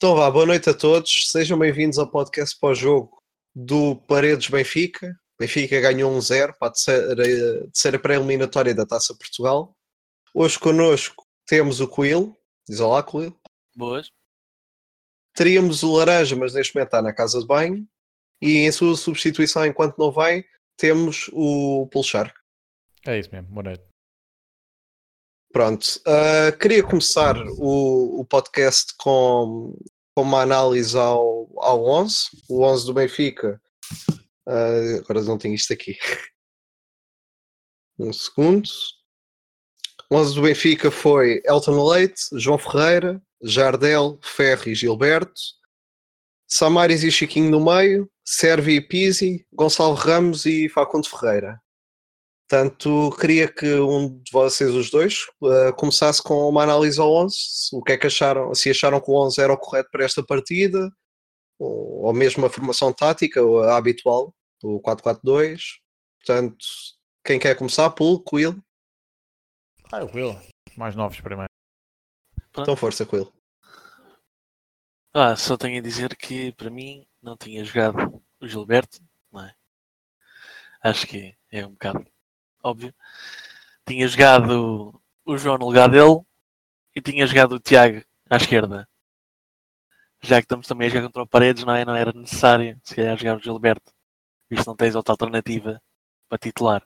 Então vá, boa noite a todos, sejam bem-vindos ao podcast pós-jogo do Paredes Benfica. Benfica ganhou 1-0 para a terceira pré-eliminatória da Taça Portugal. Hoje connosco temos o Coelho, diz olá Coelho. Boas. Teríamos o Laranja, mas neste momento está na casa de banho. E em sua substituição, enquanto não vem, temos o Pulsar. É isso mesmo, boa noite. Pronto, queria começar o podcast com uma análise ao 11, o 11 do Benfica. Agora não tenho isto aqui. Um segundo. O 11 do Benfica foi Elton Leite, João Ferreira, Jardel, Ferro e Gilberto, Samaris e Chiquinho no meio, Servi e Pizzi, Gonçalo Ramos e Facundo Ferreira. Portanto, queria que um de vocês, os dois, começasse com uma análise ao 11. O que é que acharam? Se acharam que o 11 era o correto para esta partida, ou mesmo a formação tática, a habitual, o 4-4-2. Portanto, quem quer começar? Coelho. O Coelho. Mais novos primeiro. Então força, Coelho. Só tenho a dizer que para mim não tinha jogado o Gilberto, não é? Acho que é um bocado óbvio. Tinha jogado o João no lugar dele e tinha jogado o Tiago à esquerda. Já que estamos também a jogar contra o Paredes, não era necessário se calhar jogar o Gilberto, visto que não tens outra alternativa para titular.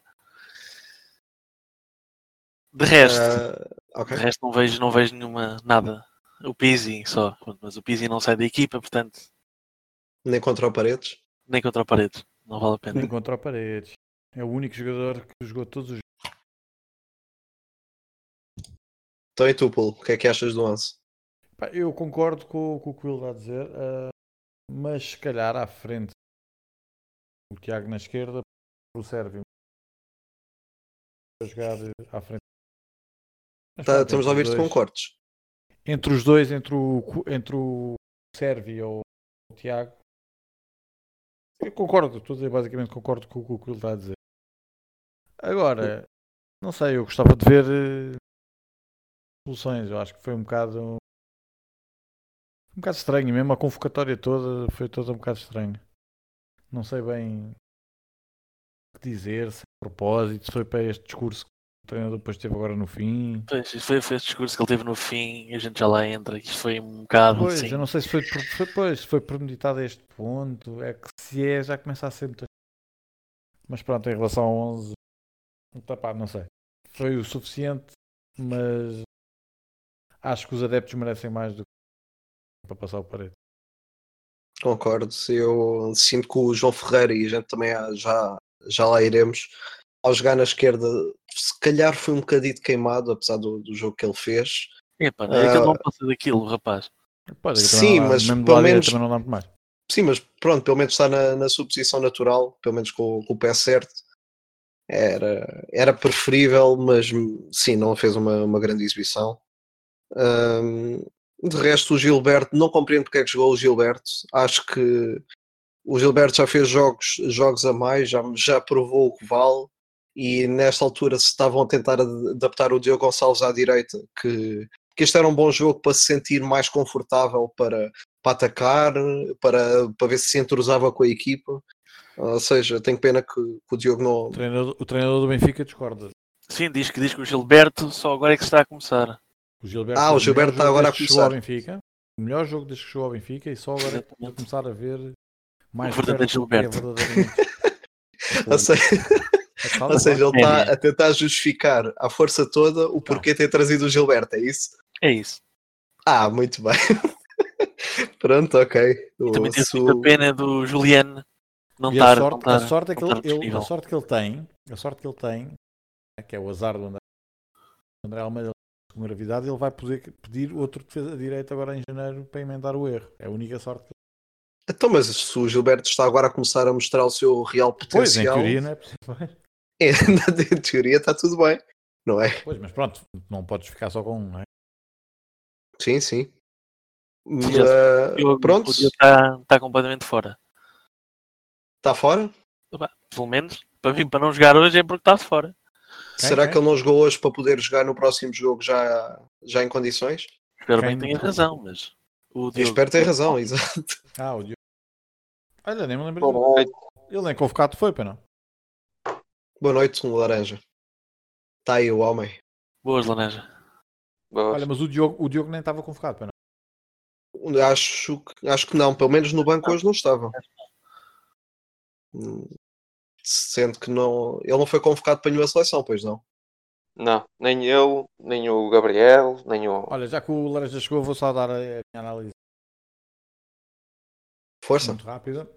De resto, Okay. de resto não vejo nenhuma, nada. O Pizzi só, mas o Pizzi não sai da equipa, portanto... Nem contra o Paredes? Nem contra o Paredes, não vale a pena. Nem contra o Paredes. É o único jogador que jogou todos os jogos. Então e tu, Paulo, o que é que achas do 11? Eu concordo com o que o Coelho está a dizer, mas se calhar à frente o Tiago na esquerda, o Sérvio a jogar à frente. Estamos a ouvir-te com cortes. Entre os dois, entre o Sérvio ou o Tiago, eu concordo, estou a dizer, basicamente concordo com o que ele está a dizer. Agora, não sei, eu gostava de ver soluções. Eu acho que foi um bocado estranho, mesmo a convocatória toda foi toda um bocado estranha. Não sei bem o que dizer, se é propósito, se foi para este discurso que o treinador depois teve agora no fim. Pois, foi esse discurso que ele teve no fim e a gente já lá entra, que isto foi um bocado Pois, assim. eu não sei se foi premeditado a este ponto, é que se é, já começa a ser muito... Mas pronto, em relação ao 11, não sei. Foi o suficiente, mas acho que os adeptos merecem mais do que para passar o Paredes. Concordo. Eu sinto que o João Ferreira, e a gente também já lá iremos, ao jogar na esquerda, se calhar foi um bocadinho queimado, apesar do jogo que ele fez. É que ele não passa daquilo, rapaz. Sim, mas mesmo pelo menos também não dá muito mais. Sim, mas pronto, pelo menos está na sua posição natural, pelo menos com o pé certo. Era preferível, mas sim, não fez uma grande exibição. De resto, o Gilberto, não compreendo porque é que jogou o Gilberto. Acho que o Gilberto já fez jogos a mais, já provou o que vale. E nesta altura, se estavam a tentar adaptar o Diogo Gonçalves à direita, que este era um bom jogo para se sentir mais confortável para atacar, para ver se entrosava com a equipa. Ou seja, tenho pena que o Diogo não... O treinador do Benfica discorda. Sim, diz que o Gilberto só agora é que está a começar. O Gilberto está agora a começar. O melhor jogo desde que chegou ao Benfica e só agora é começar a ver mais o verdadeiro Gilberto. Ou seja, ele está a tentar justificar à força toda o porquê ter trazido o Gilberto, é isso? É isso. Muito bem. Pronto, ok. E também teve muita pena do Juliano não estar. A sorte que ele tem, que é o azar do André Almeida com gravidade, ele vai poder pedir outro defesa direito agora em janeiro para emendar o erro. É a única sorte que... Então, mas se o Gilberto está agora a começar a mostrar o seu real potencial... Pois, em teoria não é possível. Em teoria está tudo bem, não é? Pois, mas pronto, não podes ficar só com um, não é? Sim. Pronto. O Diogo está completamente fora. Está fora? Pelo menos, para mim, para não jogar hoje é porque está fora. Será que ele não jogou hoje para poder jogar no próximo jogo já em condições? Espero bem que tenha razão, mas O O Diogo. Esperto tem razão, exato. O Diogo. Olha, nem me lembro. Boa noite. Ele nem convocado foi, pá, não? Boa noite, um laranja. Está aí o homem. Boas, Laranja. Boas. Olha, mas o Diogo nem estava convocado, pá, não? Acho que não, pelo menos no banco hoje não estava. Sendo que não. Ele não foi convocado para nenhuma seleção, pois não. Não, nem eu, nem o Gabriel, nem o... Olha, já que o Laranja chegou, vou só dar a minha análise Força. muito rápida.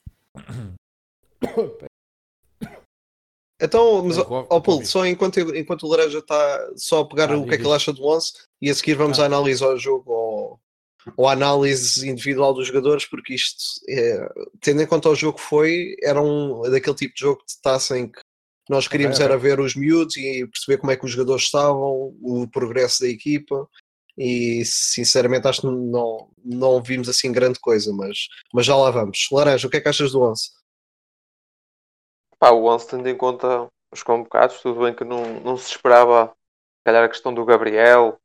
Então, mas, Não, ó Paulo, Covid. só enquanto o laranja está só a pegar o que é que ele acha do 11 e a seguir vamos à análise ao jogo ou à análise individual dos jogadores, porque isto, tendo em conta o jogo que foi, era daquele tipo de jogo de taça em que nós queríamos Ok. era ver os miúdos e perceber como é que os jogadores estavam, o progresso da equipa, e sinceramente acho que não vimos assim grande coisa, mas já lá vamos. Laranja, o que é que achas do 11? Pá, o 11 tendo em conta os convocados, tudo bem que não se esperava, se calhar a questão do Gabriel,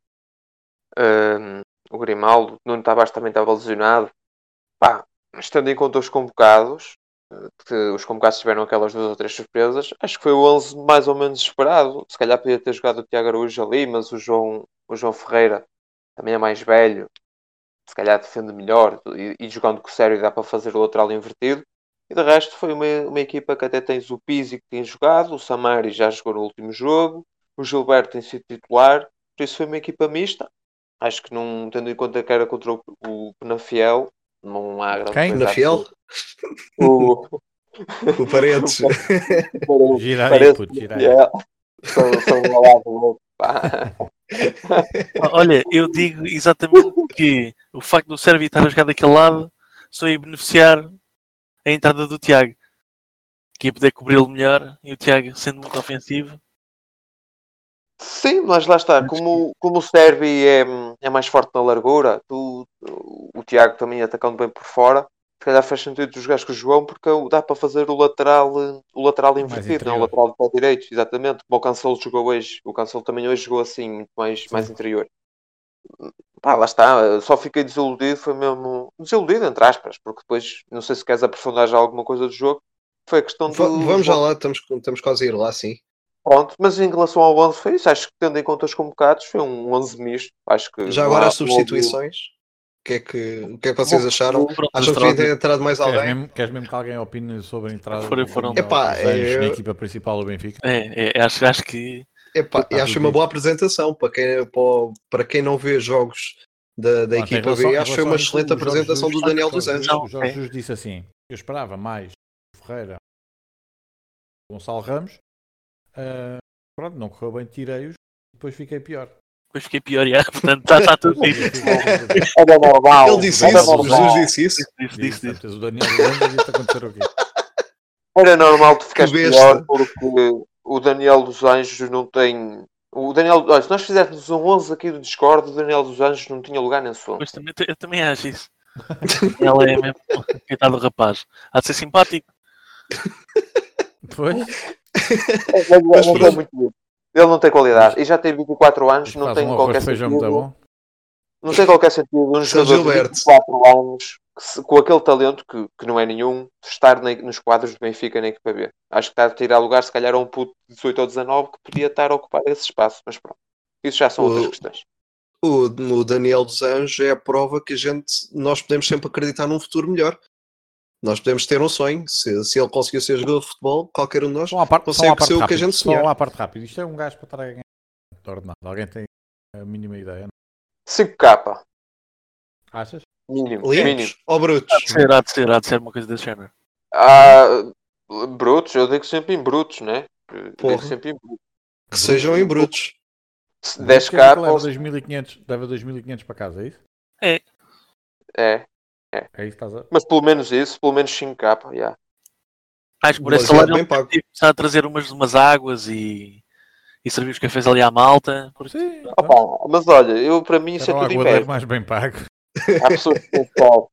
o Grimaldo, Nuno Tavares também estava lesionado. Pá, mas tendo em conta os convocados, que os convocados tiveram aquelas 2 ou 3 surpresas, acho que foi o 11 mais ou menos esperado. Se calhar podia ter jogado o Tiago Araújo ali, mas o João Ferreira também é mais velho, se calhar defende melhor e jogando com o Sérgio dá para fazer o lateral invertido. E de resto foi uma equipa que até tens o Pizzi que tem jogado, o Samari já jogou no último jogo, o Gilberto tem sido titular, por isso foi uma equipa mista. Acho que não, tendo em conta que era contra o Penafiel, não há grande Quem? coisa. Na Fiel? O O Paredes. Girar aí, Parece puto, que girar aí. é. São um ao lado do outro, pá. Olha, eu digo exatamente que o facto do Sérvio estar a jogar daquele lado só ia beneficiar a entrada do Tiago, que ia poder cobri-lo melhor, e o Tiago, sendo muito ofensivo, Sim, mas lá está. Como o Servi é mais forte na largura, o Tiago também atacando bem por fora, se calhar faz sentido tu jogares com o João porque dá para fazer o lateral invertido, não? O interior. lateral de pé direito, exatamente. Como o Cancelo jogou hoje. O Cancelo também hoje jogou assim, muito mais interior. Pá, lá está. Só fiquei desiludido, foi mesmo desiludido, entre aspas, porque depois, não sei se queres aprofundar já alguma coisa do jogo, foi a questão do... Vamos já lá, estamos quase a ir lá, sim. Pronto, mas em relação ao 11 foi isso. Acho que tendo em conta os convocados foi um 11 misto. Acho que Já não agora há- as substituições, o que é que vocês acharam? Pronto, Acham que devia ter entrado mais alguém? Queres mesmo que alguém opine sobre a entrada Foram- do Daniel Epá, dos Anjos na equipa principal do Benfica? acho que Epá, Tá e acho tudo uma dito. boa apresentação para quem não vê jogos da Pronto, em equipa relação- B. em Acho que foi relação uma a isso, excelente o Jorge apresentação do Jesus- Daniel dos Jorge Anjos. Jesus- O Jorge Jesus disse assim: eu esperava mais o Ferreira, o Gonçalo Ramos. Pronto, não correu bem, tirei-os. Depois fiquei pior. depois fiquei pior, já. Portanto, está tudo dito. Era normal. Ele disse Era isso, o normal. Jesus disse isso. Disse. Portanto, o Daniel dos Anjos ia-te acontecer o quê? Era normal tu ficares Que pior besta. porque o Daniel dos Anjos não tem. O Daniel, olha, se nós fizéssemos um 11 aqui do Discord, o Daniel dos Anjos não tinha lugar nem som. Pois eu também acho isso. Ele é mesmo. Coitado do rapaz. Há de ser simpático. Depois, Mas pronto. é muito bom. Ele não tem qualidade. E já tem 24 anos, não faz tem um arroz qualquer de feijão muito sentido. bom. Não tem qualquer sentido um São jogador de Gilberto. 24 anos com aquele talento que não é nenhum estar nos quadros do Benfica na equipa B. Acho que está a tirar lugar se calhar a um puto de 18 ou 19 que podia estar a ocupar esse espaço, mas pronto. Isso já são outras questões. O Daniel dos Anjos é a prova que nós podemos sempre acreditar num futuro melhor. Nós podemos ter um sonho. Se ele conseguir ser jogador de futebol, qualquer um de nós Só à parte consegue ser o que a rápido. gente sonhar. Só à parte rápida. Isto é um gajo para estar a ganhar ordenado. Alguém tem a mínima ideia? Não? 5K. Achas? Mínimo. Limpos ou brutos? Há de ser uma coisa desse género. Brutos, eu digo sempre em brutos, né? Porra. Digo sempre em brutos. Que sejam em brutos. 10K, Leva posso... 2.500 para casa, é isso? É. É isso que estás a... Mas pelo menos isso, pelo menos 5K, yeah. Acho que por esse Demasiado salário bem ele pago. deve começar a trazer umas águas e servir os cafés ali à malta. Sim, Opa, mas olha, para mim isso era é o tudo aguadeiro inveja. mais bem pago. Há pessoas que têm sorte.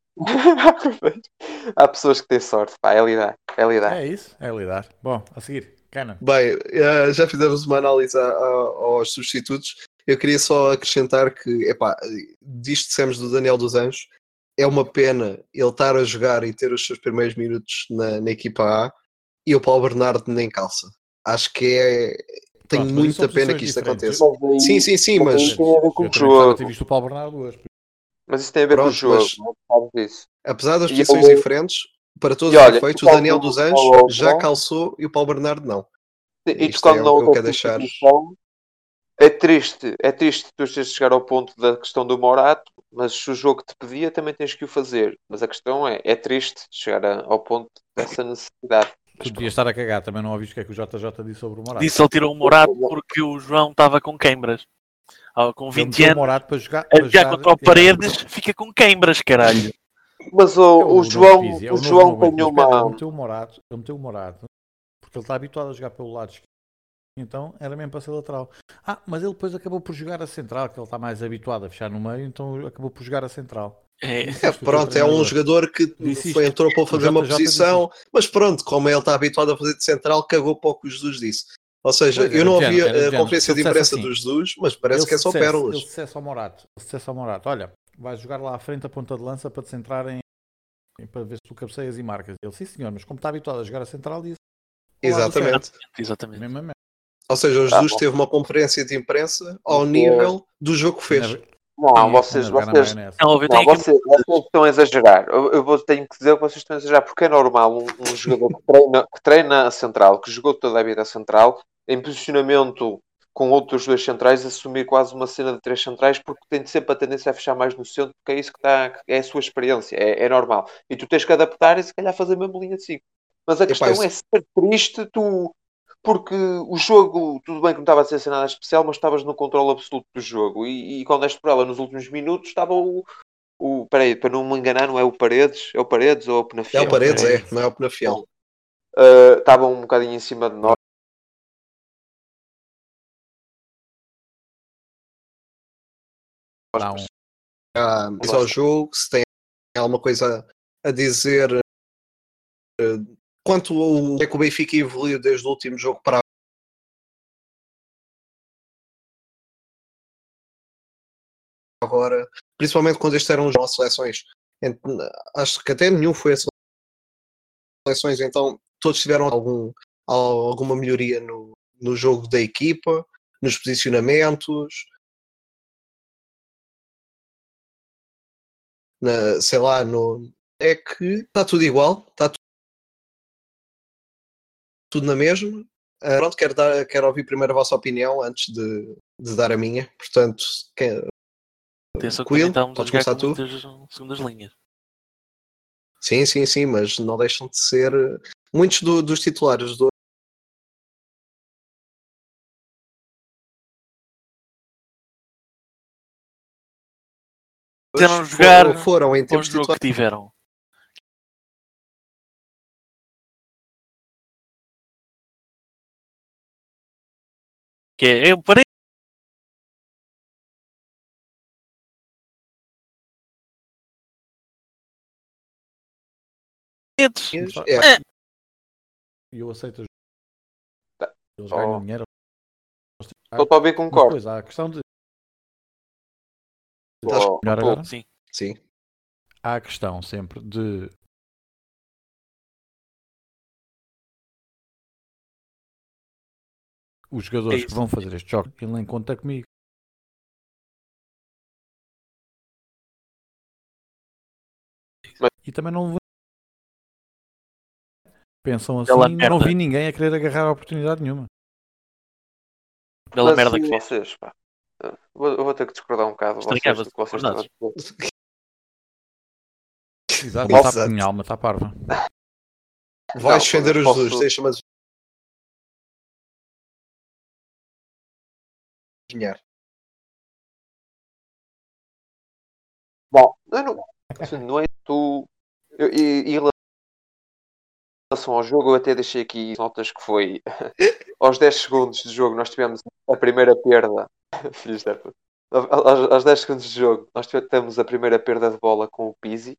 Há pessoas que têm sorte, pá, é lidar. É isso, é lidar. Bom, a seguir, Cana. Bem, já fizemos uma análise aos substitutos Eu queria só acrescentar que, epá, disto dissemos do Daniel dos Anjos, é uma pena ele estar a jogar e ter os seus primeiros minutos na equipa A e o Paulo Bernardo nem calça. Acho que tenho Pronto, mas isso são muita pena posições que isto diferentes. aconteça. Mas aí, Sim, mas aí mas tem a ver com Eu o também gostava de ter jogo. visto o Paulo Bernardo hoje. Mas isso tem a ver com o pronto, jogo, mas não sabes disso. apesar das E posições ele, diferentes, para todos e os olha, efeitos, o tocando Daniel dos na Anjos já outra, calçou e o Paulo Bernardo não. e Isto é tocando na o que eu outra quero deixar. posição, é triste tu teres de chegar ao ponto da questão do Morato, mas se o jogo te pedia, também tens que o fazer. Mas a questão é triste chegar ao ponto dessa necessidade. Tu devias estar a cagar, também não ouviste o que é que o JJ disse sobre o Morato. Disse ele tirou o Morato porque o João estava com queimbras. Com Ele 20 meteu o anos, Morato para jogar. a jogar contra o Paredes, fica com queimbras, caralho. Mas É o novo João, Pizzi, é o o novo João Nogueira. tem Mas espera, uma. ele meteu o Morato porque ele está habituado a jogar pelo lado esquerdo. Então era mesmo para ser lateral. Mas ele depois acabou por jogar a central, que ele está mais habituado a fechar no meio, então acabou por jogar a central. Disse isto o teu Pronto, é um treinador. jogador que Disse isto. entrou para fazer O uma JJ disse posição, mas pronto, como ele está habituado a fazer de central, cagou para o que o Jesus disse. Ou seja, Pois, eu era não de ouvi género, era de a género. Se conferência ele de dissesse imprensa assim, do Jesus, mas parece ele que é só pérolas. dissesse ao Morato, olha, vais jogar lá à frente a ponta de lança para te centrarem, para ver se tu cabeceias e marcas. Ele, sim senhor, mas como está habituado a jogar a central, disse ao lado Exatamente. Exatamente. mesmo a mesma. Ou seja, o Tá Jesus bom. teve uma conferência de imprensa ao Porque- nível do jogo que fez. Não, Sim, vocês, anda a jogar na vocês, maionese. Não, eu não, tenho aqui vocês estão a exagerar. Tenho que dizer que vocês estão a exagerar, porque é normal um jogador que treina a central, que jogou toda a vida a central, em posicionamento com outros dois centrais, assumir quase uma cena de três centrais, porque tem sempre a tendência a fechar mais no centro, porque é isso que é a sua experiência, é normal. E tu tens que adaptar e se calhar fazer a mesma linha de 5. Mas a Epá, questão é ser triste, porque o jogo, tudo bem que não estava a ser nada especial, mas estavas no controle absoluto do jogo. E quando deste por ela nos últimos minutos, estava peraí, para não me enganar, não é o Paredes? É o Paredes ou é o é o Penafiel? Paredes, Peraí. não é o Penafiel. Estava um bocadinho em cima de nós. Dá um. Diz ao jogo, se tem alguma coisa a dizer quanto ao é que o Benfica evoluiu desde o último jogo para agora, principalmente quando estes eram as seleções. Acho que até nenhum foi a seleções, então todos tiveram alguma melhoria no jogo da equipa, nos posicionamentos, sei lá, é que está tudo igual, está tudo na mesma. Pronto, quero ouvir primeiro a vossa opinião antes de dar a minha. Portanto, atenção que também Quill, estávamos a podes jogar começar com tu. muitas segundas linhas. Sim, mas não deixam de ser muitos dos titulares do Quiseram jogar foram em com o tempos jogo titulares. que tiveram. Que é o Paredes. É, E eu aceito. Tá. Eles Oh. ganham dinheiro. Estou a ouvir com Mas corte. depois há a questão de. Oh, Melhor agora? Sim. sim. Há a questão sempre de. Os jogadores que vão fazer este jogo, ele nem conta comigo. E também não pensam assim, Bela não merda. vi ninguém a querer agarrar a oportunidade nenhuma. Bela Mas merda e que fez. vocês, pá? Eu vou ter que discordar um bocado Estranhava-se do que vocês estavam a dizer. Exato, Exato. sabe que minha alma está parva. Vais Não, defender os posso- Jesus, deixa-me adivinhar. Bom, não é tu. Em relação ao jogo, eu até deixei aqui notas que foi aos 10 segundos de jogo nós tivemos a primeira perda. Filhos da puta. Aos 10 segundos de jogo nós tivemos a primeira perda de bola com o Pizzi.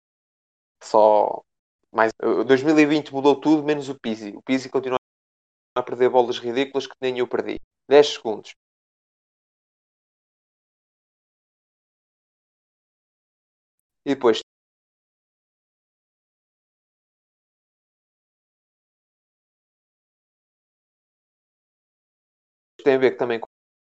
Só mais. 2020 mudou tudo menos o Pizzi. O Pizzi continua a perder bolas ridículas que nem eu perdi. 10 segundos. E depois tem a ver também com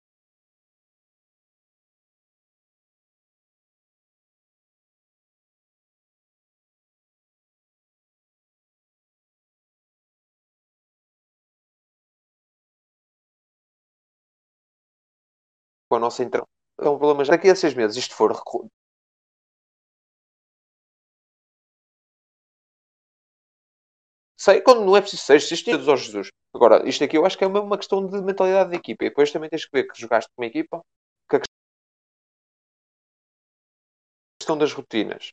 a nossa entrada. É um problema já. Daqui a 6 meses, isto for sei, quando não é preciso 6, isto é aos Jesus. Agora, isto aqui eu acho que é uma questão de mentalidade de equipa. E depois também tens que ver que jogaste com uma equipa, que a questão das rotinas.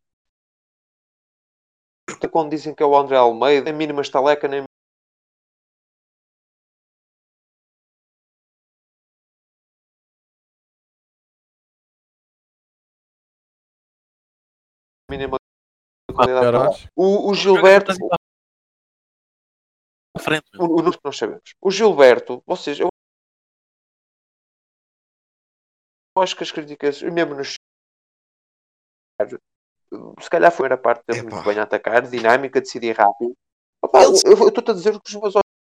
Quando dizem que é o André Almeida, a mínima estaleca, nem mínima qualidade. O Gilberto, à frente, meu. o que nós sabemos. O Gilberto, vocês, eu acho que as críticas, mesmo nos se calhar foi a primeira parte teve muito bem a atacar, dinâmica, decidir rápido. Opa, eu estou-te a dizer que os meus olhos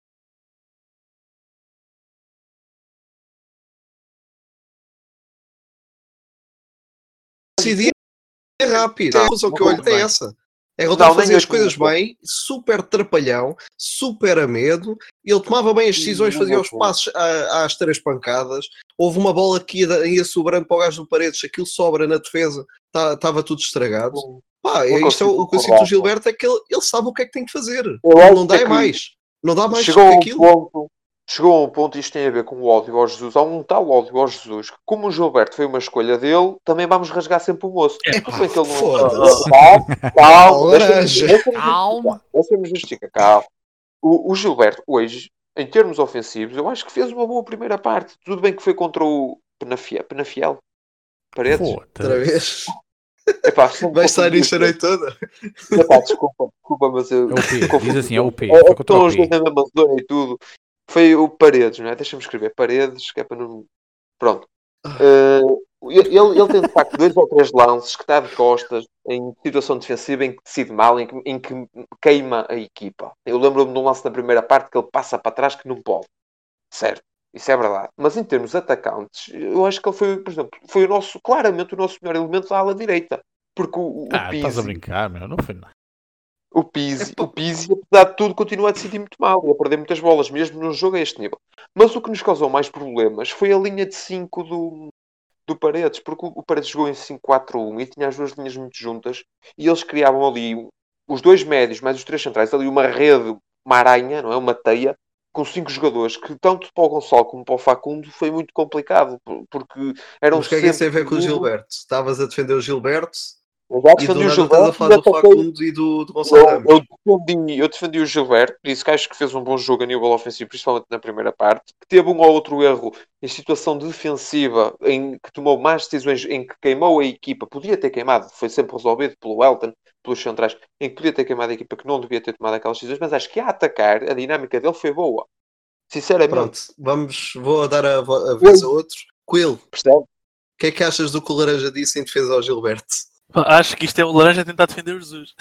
decidir é rápido. A conclusão que eu olho é essa. É ele Não, a fazer nem as eu coisas tinha. bem, super trapalhão, super a medo. Ele tomava bem as decisões, Não, fazia não, os não. passos às 3 pancadas. Houve uma bola que ia sobrando para o gajo do Paredes, aquilo sobra na defesa, estava tudo estragado. Pá, Não isto é consigo o que eu sinto concordar, do Gilberto, é que ele sabe o que é que tem que fazer. Eu acho Não dá que mais. Não dá mais chegou que a um aquilo. ponto, chegou a um ponto, e isto tem a ver com o ódio ao Jesus. Há um tal ódio ao Jesus que, como o Gilberto foi uma escolha dele, também vamos rasgar sempre o moço. Epá, Tudo bem que ele não foda-se. Calma, Laranja. Calma. deixa-me justificar. Calma. O Gilberto, hoje, em termos ofensivos, eu acho que fez uma boa primeira parte. Tudo bem que foi contra o Penafiel? Paredes? Outra vez. Epá, Vai estar nisto a noite toda. Epá, desculpa, mas eu... É o P, diz assim, é o P. É, Foi contra estão o os dois P. na mesma zona e tudo. Foi o Paredes, não é? Deixa-me escrever Paredes, que é para não... Pronto. Ele tem, de facto, 2 ou 3 lances que está de costas, em situação defensiva, em que decide mal, em que queima a equipa. Eu lembro-me de um lance na primeira parte que ele passa para trás que não pode. Certo. Isso é verdade. Mas em termos atacantes, eu acho que ele foi, por exemplo, foi claramente o nosso melhor elemento da ala direita. Porque o Estás a Pizzi, brincar, meu. Não foi nada. o Pizzi, apesar de tudo, continua a decidir muito mal e a perder muitas bolas, mesmo num jogo a este nível. Mas o que nos causou mais problemas foi a linha de 5 do Paredes, porque o Paredes jogou em 5-4-1 e tinha as duas linhas muito juntas e eles criavam ali os 2 médios, mais os 3 centrais, ali uma rede, uma aranha, não é? Uma teia, com 5 jogadores, que tanto para o Gonçalo como para o Facundo foi muito complicado, porque eram Mas o que é que isso tem a sempre... ver com o Gilberto? Estavas a defender o Gilberto Eu já e do defendi o nada estás a Gilberto falar e do ataquei. Facundo e do Gonçalo Ramos. Eu defendi o Gilberto, por isso que acho que fez um bom jogo a nível ofensivo, principalmente na primeira parte. Que teve um ou outro erro em situação defensiva, em que tomou más decisões, em que queimou a equipa. Podia ter queimado, foi sempre resolvido pelo Elton, pelos centrais, em que podia ter queimado a equipa, que não devia ter tomado aquelas decisões, mas acho que a atacar, a dinâmica dele foi boa. Sinceramente. Pronto, vou dar a vez a outro. Quill, Percebe? o que é que achas do que o Laranja disse em defesa ao Gilberto? Acho que isto é o Laranja a tentar defender o Jesus.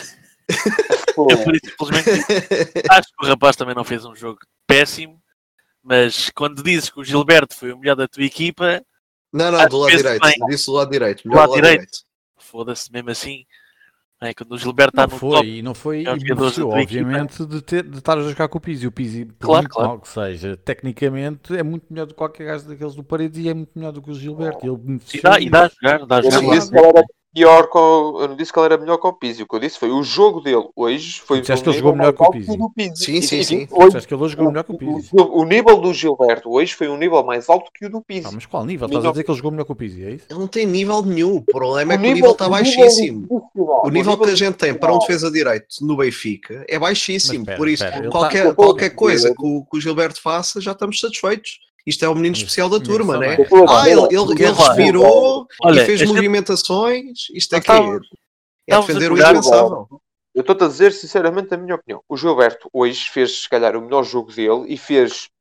É por isso, simplesmente, acho que o rapaz também não fez um jogo péssimo, mas quando dizes que o Gilberto foi o melhor da tua equipa, Não, do lado penso direito. bem. Disse do lado direito. Do Melhor lado do lado direito. direito. Foda-se, mesmo assim. É, quando o Gilberto está Não no foi, top, e não foi, melhores e jogadores da beneficiou, tua obviamente, de estar a jogar com o Pizzi. O Pizzi, por Claro, muito claro. mal que seja, tecnicamente é muito melhor do que qualquer gajo daqueles do Paredes e é muito melhor do que o Gilberto. E ele beneficiou. E dá a jogar, dá a Eu jogar. não disse que ele era pior eu não disse que ele era melhor que o Pizzi. O que eu disse foi o jogo dele hoje foi Tu disseste um que ele jogou nível melhor mais que o alto que Pizzi. o do Pizzi. Sim, sim, sim. Tu disseste que ele hoje jogou melhor que o Pizzi. O nível do Gilberto hoje foi um nível mais alto que o do Pizzi. Mas qual nível? Estás a dizer que ele jogou melhor que o Pizzi, é isso? Ele não tem nível nenhum. O problema é que o nível está baixíssimo. O nível que a gente tem para um defesa direito no Benfica é baixíssimo. Mas espera, Por isso, espera, ele qualquer coisa que o Gilberto faça, já estamos satisfeitos. Isto é o menino especial da turma, só não é? bem. Ele respirou Olha, e fez a gente- movimentações. Isto é Nós que é estávamos defender a o jogar- indefensável. Eu estou-te a dizer sinceramente a minha opinião. O Gilberto hoje fez, se calhar, o melhor jogo dele e fez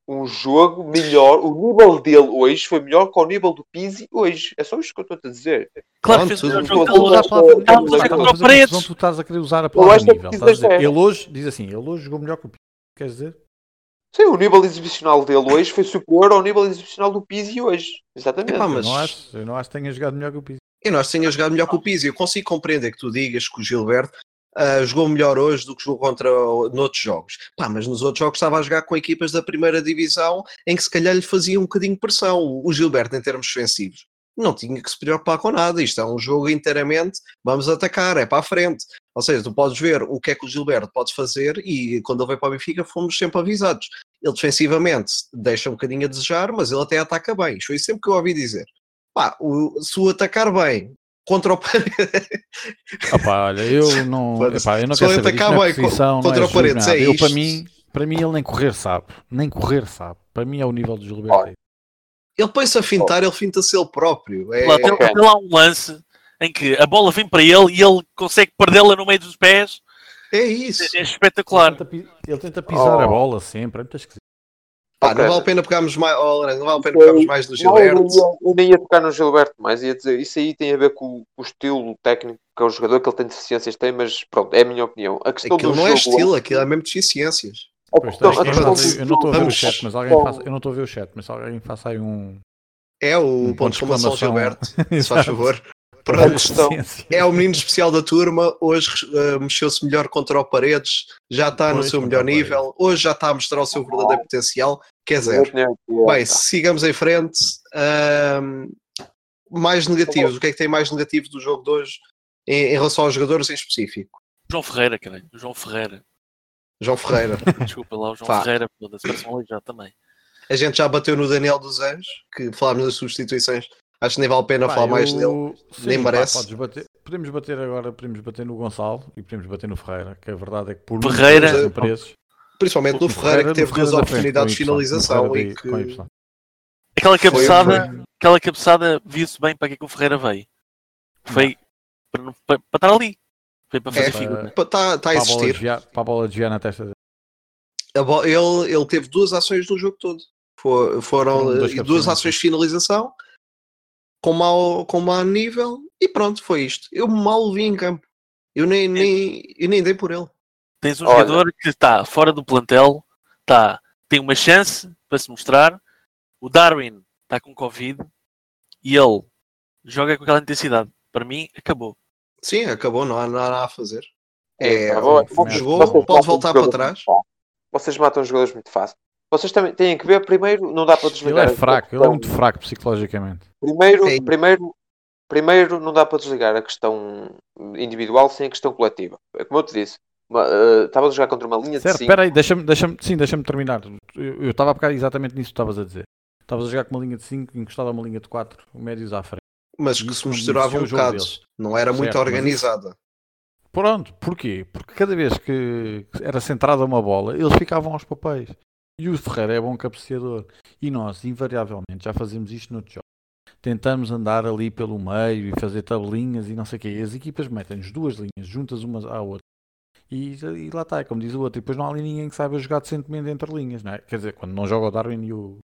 um jogo melhor. O nível dele hoje foi melhor que o nível do Pizzi hoje. É só isto que eu estou a dizer. Claro Pronto, que fez o tudo- jogo Estás a usar a dele. palavra Estava a nível. fazer Estás a contra fazer paredes. confusão, tu estás a querer usar a palavra acho que é nível. preciso Estás a dizer, deixar. ele hoje, diz assim, ele hoje jogou melhor que o Pizzi. Queres dizer? Sim, o nível exibicional dele hoje foi superior ao nível exibicional do Pizzi hoje. Exatamente. Epá, Eu mas não acho que tenha jogado melhor que o Pizzi. eu nós tenha jogado melhor que o Pizzi. Eu consigo compreender que tu digas que o Gilberto jogou melhor hoje do que jogou contra noutros jogos. Pá, mas nos outros jogos estava a jogar com equipas da primeira divisão em que se calhar lhe fazia um bocadinho de pressão. O Gilberto, em termos defensivos, não tinha que se preocupar com nada. Isto é um jogo inteiramente, vamos atacar, é para a frente. Ou seja, tu podes ver o que é que o Gilberto pode fazer e quando ele veio para o Benfica fomos sempre avisados. Ele defensivamente deixa um bocadinho a desejar, mas ele até ataca bem. Isto foi sempre que eu ouvi dizer. Pá, se o atacar bem contra o Opá, olha, eu não quero saber disto na posição, não é contra o jogo Paredes, nada. é Eu, isto. para mim ele nem correr sabe. Nem correr sabe. Para mim é o nível do Gilberto. Olha. Ele põe-se a fintar, ele finta-se ele próprio. Lá, tem lá um lance em que a bola vem para ele e ele consegue perdê-la no meio dos pés. É isso. É espetacular. Ele tenta pisar a bola sempre, é muito esquisito. Pá, Ok. não vale a pena pegarmos mais, não vale a pena pegarmos mais do Gilberto. Eu nem ia tocar no Gilberto mais, ia dizer, isso aí tem a ver com o estilo técnico que é o jogador, que ele tem deficiências, tem, mas pronto, é a minha opinião. A questão Aquilo do não jogo, é estilo, aquilo é mesmo deficiências. Pois está, a questão eu não estou a ver o Vamos- chat, mas alguém faça, eu não estou a ver o chat, mas alguém faça aí um É o ponto ponto de de exclamação exclamação. Gilberto, se faz Exato. favor. Para Pronto, ver as deficiências. é o menino especial da turma. Hoje mexeu-se melhor contra o Paredes, já está no Pois, seu contra melhor o Paredes. nível. Hoje já está a mostrar o seu verdadeiro potencial, que é Eu zero. tinha aqui Bem, esta. sigamos em frente. Mais negativos. O que é que tem mais negativo do jogo de hoje em relação aos jogadores em específico? João Ferreira, caralho. João Ferreira. João Ferreira. Desculpa lá, o João Pá. Ferreira. Foda-se, parece um aleijado também. A gente já bateu no Daniel dos Anjos, que falámos das substituições. Acho que nem vale a pena Pá, falar mais dele. sim, Nem pá, merece. podes bater. Podemos bater agora, podemos bater no Gonçalo e podemos bater no Ferreira, que a verdade é que por Ferreira- muitos preços, Principalmente no Ferreira, que teve duas da frente, oportunidades de com Y, finalização no e Ferreira com que Y. Aquela cabeçada viu-se bem para que o Ferreira veio. Foi para estar ali. Foi para fazer É, figura. está a Para a bola existir. desviar, para a bola desviar na testa dele. Ele teve duas ações no jogo todo. Foram Foram dois duas cabeceamentos. ações de finalização com mau nível e pronto, foi isto. Eu mal o vi em campo. Eu nem dei por ele. Tens um Olha. jogador que está fora do plantel, tem uma chance para se mostrar. O Darwin está com Covid e ele joga com aquela intensidade. Para mim, acabou. Sim, acabou, não há nada a fazer. Jogou, Vocês pode voltar para trás. Vocês matam os jogadores muito fácil. Vocês também têm que ver, primeiro, não dá para Ele desligar. é fraco, ele é muito fraco psicologicamente. É. Primeiro, não dá para desligar a questão individual sem a questão coletiva. É como eu te disse, estava a jogar contra uma linha de Certo, 5. espera aí, deixa-me terminar. Eu estava a pegar exatamente nisso que estavas a dizer. Estavas a jogar com uma linha de 5 encostado a uma linha de 4, médios à frente. Mas que Isso se não misturava beneficiou um o jogo bocado. deles. Não era muito Certo, mas organizada. Pronto, porquê? Porque cada vez que era centrada uma bola, eles ficavam aos papéis. E o Ferreira é bom cabeceador. E nós, invariavelmente, já fazemos isto no jogo. Tentamos andar ali pelo meio e fazer tabelinhas e não sei o quê. E as equipas metem-nos duas linhas, juntas umas à outra. E lá está, é como diz o outro. E depois não há ali ninguém que saiba jogar decentemente entre linhas, não é? Quer dizer, quando não joga o Darwin e o...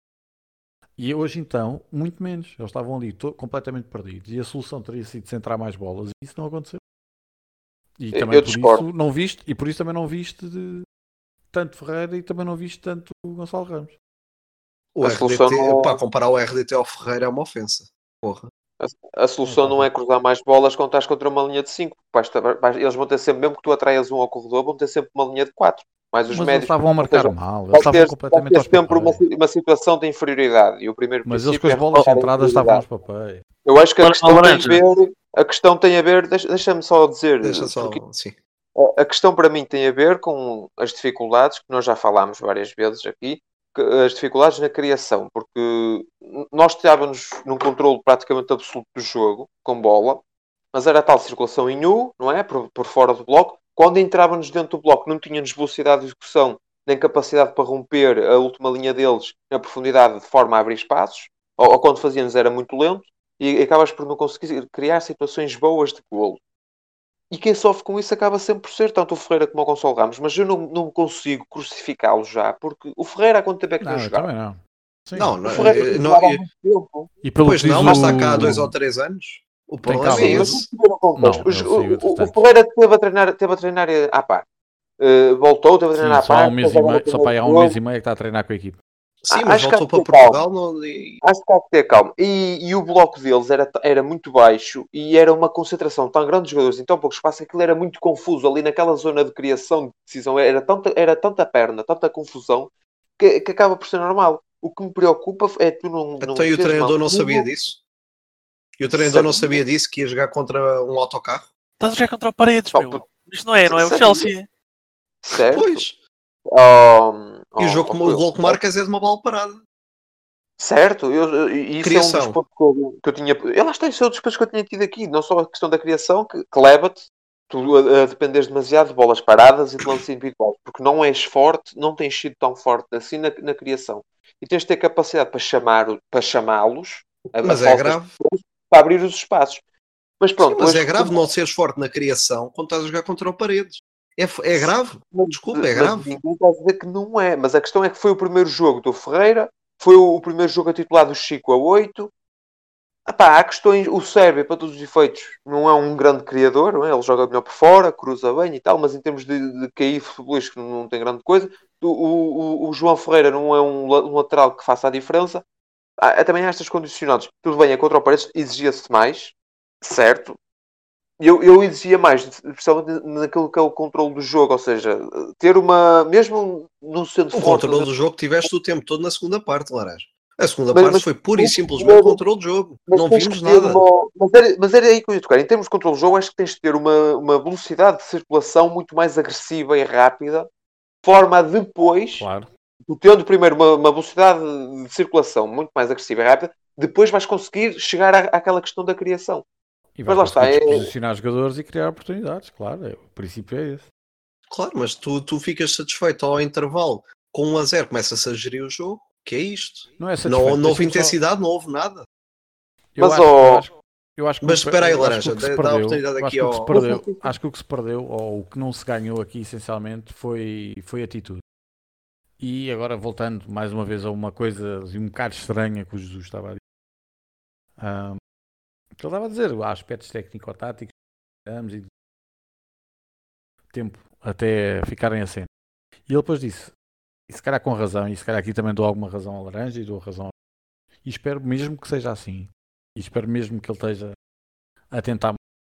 E hoje então, muito menos. Eles estavam ali completamente perdidos. E a solução teria sido centrar mais bolas. E isso não aconteceu. E também Eu por discordo. isso não viste, e por isso também não viste tanto Ferreira e também não viste tanto o Gonçalo Ramos. O A solução RDT, não- para comparar o RDT ao Ferreira é uma ofensa. Porra. A solução não é cruzar mais bolas quando estás contra uma linha de 5. Eles vão ter sempre, mesmo que tu atraias um ao corredor, vão ter sempre uma linha de 4. Mais os Mas eles médios. estavam a marcar Ou seja, mal, eles vai estavam ter completamente aos sempre papéis. uma situação de inferioridade. E o primeiro Mas eles princípio com as é bolas reparar a centradas estavam aos inferioridade. papéis. Eu acho que a Ora, questão tem laranja. a questão tem a ver, deixa-me só dizer, Deixa só. porque Sim. a questão para mim tem a ver com as dificuldades, que nós já falámos várias vezes aqui, as dificuldades na criação, porque nós estávamos num controle praticamente absoluto do jogo, com bola, mas era tal circulação em U, não é? Por fora do bloco. Quando entrávamos dentro do bloco, não tínhamos velocidade de execução, nem capacidade para romper a última linha deles na profundidade de forma a abrir espaços, ou quando fazíamos era muito lento, e acabas por não conseguir criar situações boas de golo. E quem sofre com isso acaba sempre por ser tanto o Ferreira como o Gonçalo Ramos. Mas eu não consigo crucificá-lo já, porque o Ferreira há quanto tempo é que não Não, eu jogava? também não. Sim. Não, O não, Ferreira não jogava há muito tempo. E pelo pois que diz não, mas está cá há 2 ou 3 anos. O Tem problema calma, é Sim, mas esse. vamos ver o contexto. Não, ele saiu, O entretanto. Ferreira teve a treinar à par. Voltou, teve a treinar Sim, à só há par. um mês e meio, só para aí há um mês e meio é que está a treinar com a equipe. Sim, mas Acho que há voltou que para ter calma. Portugal. Não, e- Acho que há que ter calma. E o bloco deles era muito baixo e era uma concentração tão grande de jogadores em tão pouco espaço, aquilo era muito confuso ali naquela zona de criação de decisão. Era tanta perna, tanta confusão que acaba por ser normal. O que me preocupa é tu não Então, e o teres treinador não mantido. sabia disso? E o treinador não Sabia. sabia disso, que ia jogar contra um autocarro? Estás a jogar contra o Paredes, Oh, meu. Isto não é o sabia. Chelsea. Certo? Pois. E o gol que marcas é de uma bola parada. Certo, e isso é um dos Criação. pontos que eu tinha. Lá está, isso é um dos pontos que eu tinha tido aqui. Não só a questão da criação, que leva-te tu a dependeres demasiado de bolas paradas e de lances individuais, porque não és forte, não tens sido tão forte assim na criação. E tens de ter capacidade para chamá-los a Mas é faltas grave. para abrir os espaços. Mas Sim, pronto, mas hoje é grave não seres forte na criação quando estás a jogar contra o Paredes. É grave. Desculpa, é mas grave. ninguém está a dizer que não é. Mas a questão é que foi o primeiro jogo do Ferreira, foi o primeiro jogo a titular do Chico a 8. Há questões. O Sérvia, para todos os efeitos, não é um grande criador, não é? Ele joga melhor por fora, cruza bem e tal, mas em termos de cair futebolístico não tem grande coisa. O João Ferreira não é um lateral que faça a diferença. Também há estas condicionantes. Tudo bem, é contra o Paredes, exigia-se mais, certo? Eu exigia mais, especialmente naquilo que é o controle do jogo, ou seja, ter uma. Mesmo não sendo O forte. controle do jogo tiveste o tempo todo na segunda parte, Laranja. A segunda Mas, parte mas, foi pura e simplesmente controle de jogo. mas Não tens vimos que ter nada. mas era aí que eu ia tocar. Em termos de controle do jogo, acho que tens de ter uma velocidade de circulação muito mais agressiva e rápida, de forma a depois, Claro. tu tendo primeiro uma velocidade de circulação muito mais agressiva e rápida, depois vais conseguir chegar àquela questão da criação. E Mas vais lá está. conseguir disposicionar jogadores e criar oportunidades, claro. O princípio é esse. Claro, mas tu ficas satisfeito ao intervalo com 1-0, começa-se a gerir o jogo. Que é isto? Não é satisfeito. Não houve intensidade, não houve nada. Eu Mas, acho que Mas espera aí, eu acho que Laranja, o que se dá a perdeu, oportunidade eu acho aqui que o que se ao. perdeu, acho que o que se perdeu, ou o que não se ganhou aqui essencialmente foi atitude. E agora voltando mais uma vez a uma coisa assim, um bocado estranha que o Jesus estava a dizer. Que ele estava a dizer, há aspectos técnico-táticos e tempo até ficarem a cena. E ele depois disse, e se calhar com razão, e se calhar aqui também dou alguma razão ao Laranja e dou razão. E espero mesmo que seja assim. E espero mesmo que ele esteja a tentar.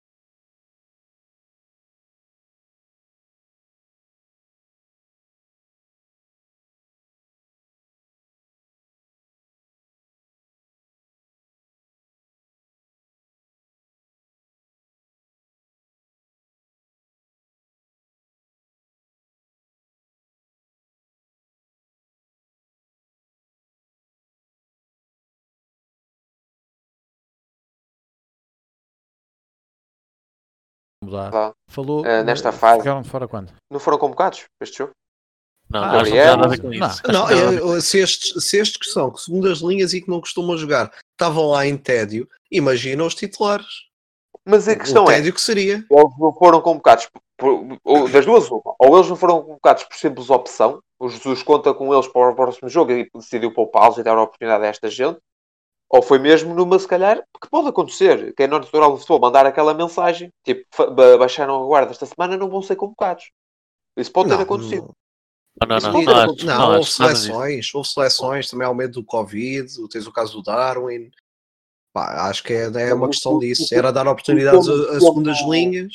Mudar. Falou, nesta fase. ficaram de fora quando? Não foram convocados para este jogo? Não, Ah, acho que não tem Gabriel? nada a ver com Não. isso. Acho que Não, não tem nada a ver com se estes que são segundas linhas e que não costumam jogar estavam lá em tédio, imagina os titulares. Mas a O questão é, tédio que seria. eles não foram convocados ou das duas uma. Ou eles não foram convocados por simples opção. O Jesus conta com eles para o próximo jogo e decidiu poupá-los e dar a oportunidade a esta gente. Ou foi mesmo numa, se calhar, que pode acontecer, que é natural do futebol, mandar aquela mensagem, tipo, baixaram a guarda esta semana, não vão ser convocados. Isso pode ter acontecido. Não, Isso não, pode não, ter acho, acontecido. não Houve acho nada disso. houve seleções, também ao medo do Covid, tens o caso do Darwin. Pá, acho que é uma questão disso. Era dar oportunidades a segundas linhas.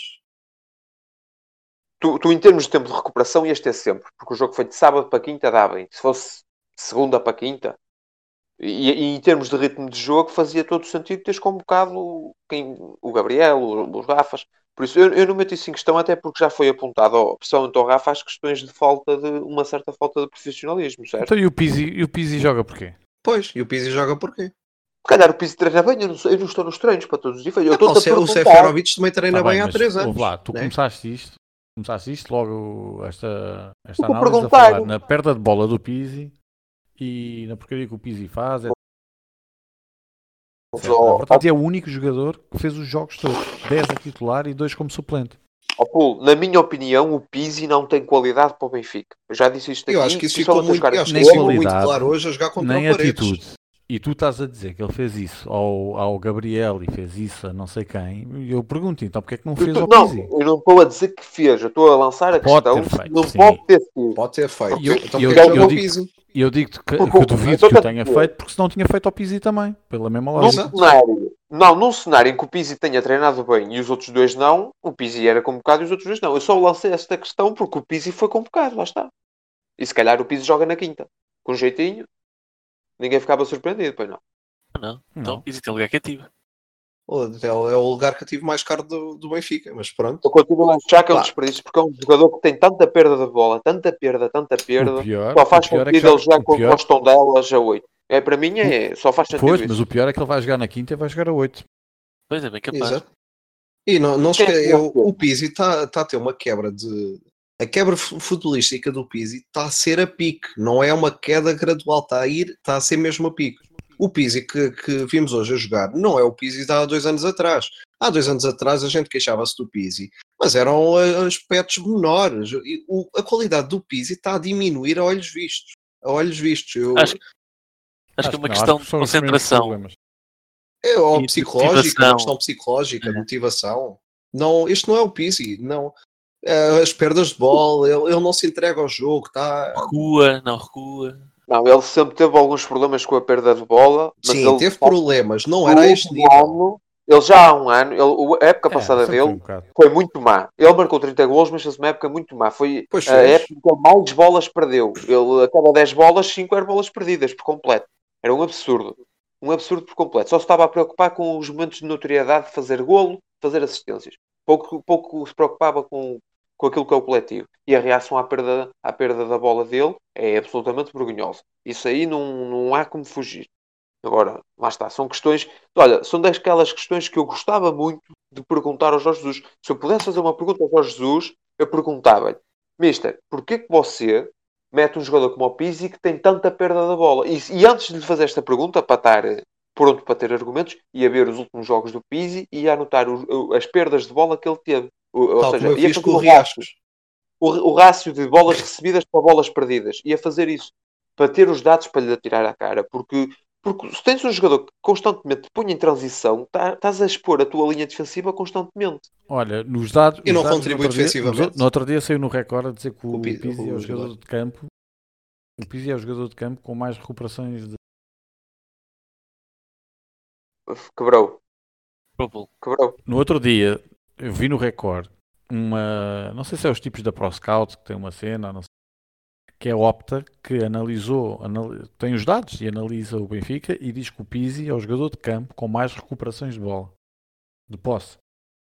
Tu, em termos de tempo de recuperação, ias ter sempre. Porque o jogo foi de sábado para quinta, dá bem. Se fosse segunda para quinta, e em termos de ritmo de jogo, fazia todo o sentido teres convocado o Gabriel, os Rafas. Por isso, eu não meto isso em questão, até porque já foi apontado, principalmente ao Rafa, as questões de falta de uma certa falta de profissionalismo, certo? Então e o Pizzi joga porquê? Pois, e o Pizzi joga porquê? Se calhar o Pizzi treina bem, eu não estou nos treinos para todos os efeitos. Eu estou-te a O perguntar. Seferovic também treina Tá bem bem, há mas 3 anos. ouve lá, tu né? começaste isto logo, esta Estou a análise a perguntar. falar na perda de bola do Pizzi e na porcaria que o Pizzi faz. A verdade é o único jogador que fez os jogos todos. 10 a titular e 2 como suplente. Paul, na minha opinião, o Pizzi não tem qualidade para o Benfica. Eu já disse isto aqui. Eu acho que isso e só ficou vai muito, jogar eu acho que nem isso ficou muito qualidade, claro hoje a jogar contra nem o Paredes. atitude. E tu estás a dizer que ele fez isso ao Gabriel e fez isso a não sei quem. E eu pergunto, então porque é que não fez ao Não, Pizzi? eu não estou a dizer que fez. Eu estou a lançar a Pode questão. ter feito, Não sim. pode ter sido. Pode ter feito. E eu- Então eu- porque é que eu jogou o digo- Pizzi? E eu digo-te que Porque- eu duvido então que o tá tenha bem. feito, porque se não tinha feito ao Pizzi também, pela mesma Num lógica. Exato. cenário, não, num cenário em que o Pizzi tenha treinado bem e os outros dois não, o Pizzi era convocado e os outros dois não. Eu só lancei esta questão porque o Pizzi foi convocado, lá está. E se calhar o Pizzi joga na quinta. Com jeitinho, ninguém ficava surpreendido, pois não. Não. Então, Não. existe lugar cativo. É o lugar cativo mais caro do Benfica, mas pronto. Eu continuo a achar que é um Pá. desperdício porque é um jogador que tem tanta perda de bola, tanta perda, O pior, só faz o pior é sentido que ele jogar o com pior, os Tondelas a 8. Para mim só faz sentido pois, isso. mas o pior é que ele vai jogar na quinta e vai jogar a 8. Pois é, bem capaz. Exato. E não Quem é que vai ter? o Pizzi está a ter uma quebra de. A quebra futebolística do Pizzi está a ser a pique, não é uma queda gradual, está a ser mesmo a pique. O Pizzi que vimos hoje a jogar não é o Pizzi de há 2 anos atrás. Há 2 anos atrás a gente queixava-se do Pizzi, mas eram aspectos menores. E a qualidade do Pizzi está a diminuir a olhos vistos. A olhos vistos. Acho que é uma questão de são os mesmos concentração. problemas. É ou E psicológica, motivação. uma questão psicológica, É. motivação. Não, isto não é o Pizzi, não. As perdas de bola, ele não se entrega ao jogo, está. Recua, não recua. Não, ele sempre teve alguns problemas com a perda de bola, mas Sim, ele teve problemas, não era a este no nível. ano, ele já há um ano, a época passada sempre foi um dele bocado. foi muito má. Ele marcou 30 golos, mas fez uma época muito má. Foi Pois a fez. época que ele mais bolas perdeu. Ele, a cada 10 bolas, 5 eram bolas perdidas por completo. Era um absurdo. Um absurdo por completo. Só se estava a preocupar com os momentos de notoriedade de fazer golo, fazer assistências. Pouco se preocupava com aquilo que é o coletivo. E a reação à perda da bola dele é absolutamente vergonhosa. Isso aí não há como fugir. Agora, lá está, são questões. Olha, são daquelas questões que eu gostava muito de perguntar ao Jorge Jesus. Se eu pudesse fazer uma pergunta ao Jorge Jesus, eu perguntava-lhe: Mister, porquê que você mete um jogador como o Pizzi que tem tanta perda da bola? E antes de lhe fazer esta pergunta, para estar pronto para ter argumentos, ia ver os últimos jogos do Pizzi e ia anotar as perdas de bola que ele teve. Ou Tal seja, como eu ia fiz fazer com o um rácio. Riascos. O rácio de bolas recebidas para bolas perdidas. Ia fazer isso para ter os dados para lhe atirar à cara. Porque se tens um jogador que constantemente te põe em transição, estás a expor a tua linha defensiva constantemente. Olha, nos dados. E não os dados contribui no outro dia- defensivamente. No outro dia saiu no recorde a dizer que o O Pizzi- Pizzi é o o jogador jogador. de campo. O Pizzi é o jogador de campo com mais recuperações de. Quebrou. Purple. No outro dia, eu vi no recorde uma. Não sei se é os tipos da Pro Scout que tem uma cena, não sei, que é a Opta, que tem os dados e analisa o Benfica e diz que o Pizzi é o jogador de campo com mais recuperações de bola, de posse.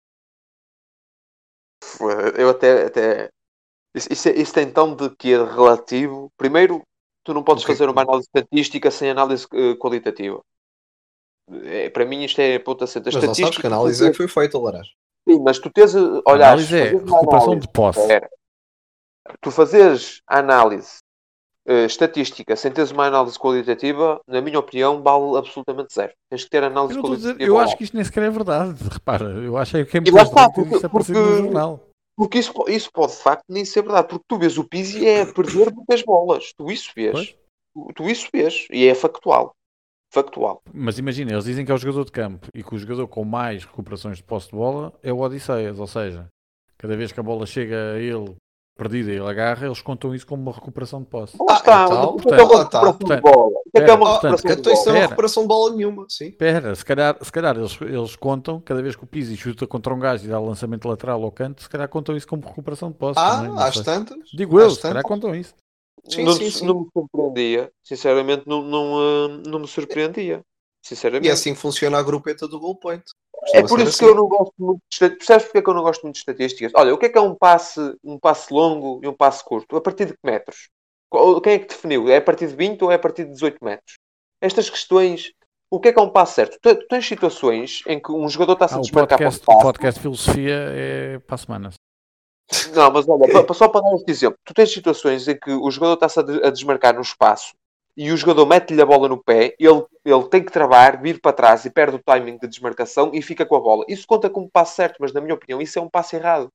Eu até... Isso tem tão de que é relativo. Primeiro, tu não podes Ok. fazer uma análise estatística sem análise qualitativa. Para mim isto é ponto assente. Mas não sabes que análise é que foi feita, Laranja. Sim, mas tu tens... A Olha, análise é recuperação de posse. Tu fazeres a análise estatística sem teres uma análise qualitativa, na minha opinião, vale absolutamente zero. Tens que ter análise Eu, não estou a dizer, qualitativa. eu acho que isto nem sequer é verdade. Repara, eu acho que é E lá muito está, estranho ter isso aparecido no jornal. Porque isso pode de facto nem ser verdade. Porque tu vês o Pizzi é a perder muitas bolas. Tu isso vês. Pois. Tu isso vês. E é factual. Factual. Mas imagina, eles dizem que é o jogador de campo e que o jogador com mais recuperações de posse de bola é o Odisseias, ou seja, cada vez que a bola chega a ele perdida e ele agarra, eles contam isso como uma recuperação de posse. Lá está. então, O que é uma recuperação de portanto, bola? O que é uma portanto, recuperação de Então isso não é bola? uma recuperação de bola nenhuma, sim. Espera, se calhar eles contam, cada vez que o Pizzi chuta contra um gajo e dá lançamento lateral ao canto, se calhar contam isso como recuperação de posse. também, não Às sei. tantas. Digo eu, às se calhar tantas. contam isso. Sim, Não, sim, sim. não me surpreendia. Sinceramente, não me surpreendia. Sinceramente. E assim funciona a grupeta do goal point. É Costuma por ser isso assim. que eu não gosto muito de estatísticas. Percebes porque é que eu não gosto muito de estatísticas? Olha, o que é um passe longo e um passe curto? A partir de que metros? Quem é que definiu? É a partir de 20 ou é a partir de 18 metros? Estas questões... O que é um passe certo? Tu tens situações em que um jogador está-se a O desmarcar para podcast, o passe. o podcast de filosofia é para a semana. Não, mas olha, só para dar este exemplo. Tu tens situações em que o jogador está-se a desmarcar no espaço e o jogador mete-lhe a bola no pé, ele tem que travar, vir para trás e perde o timing de desmarcação e fica com a bola. Isso conta como passe certo, mas na minha opinião isso é um passe errado.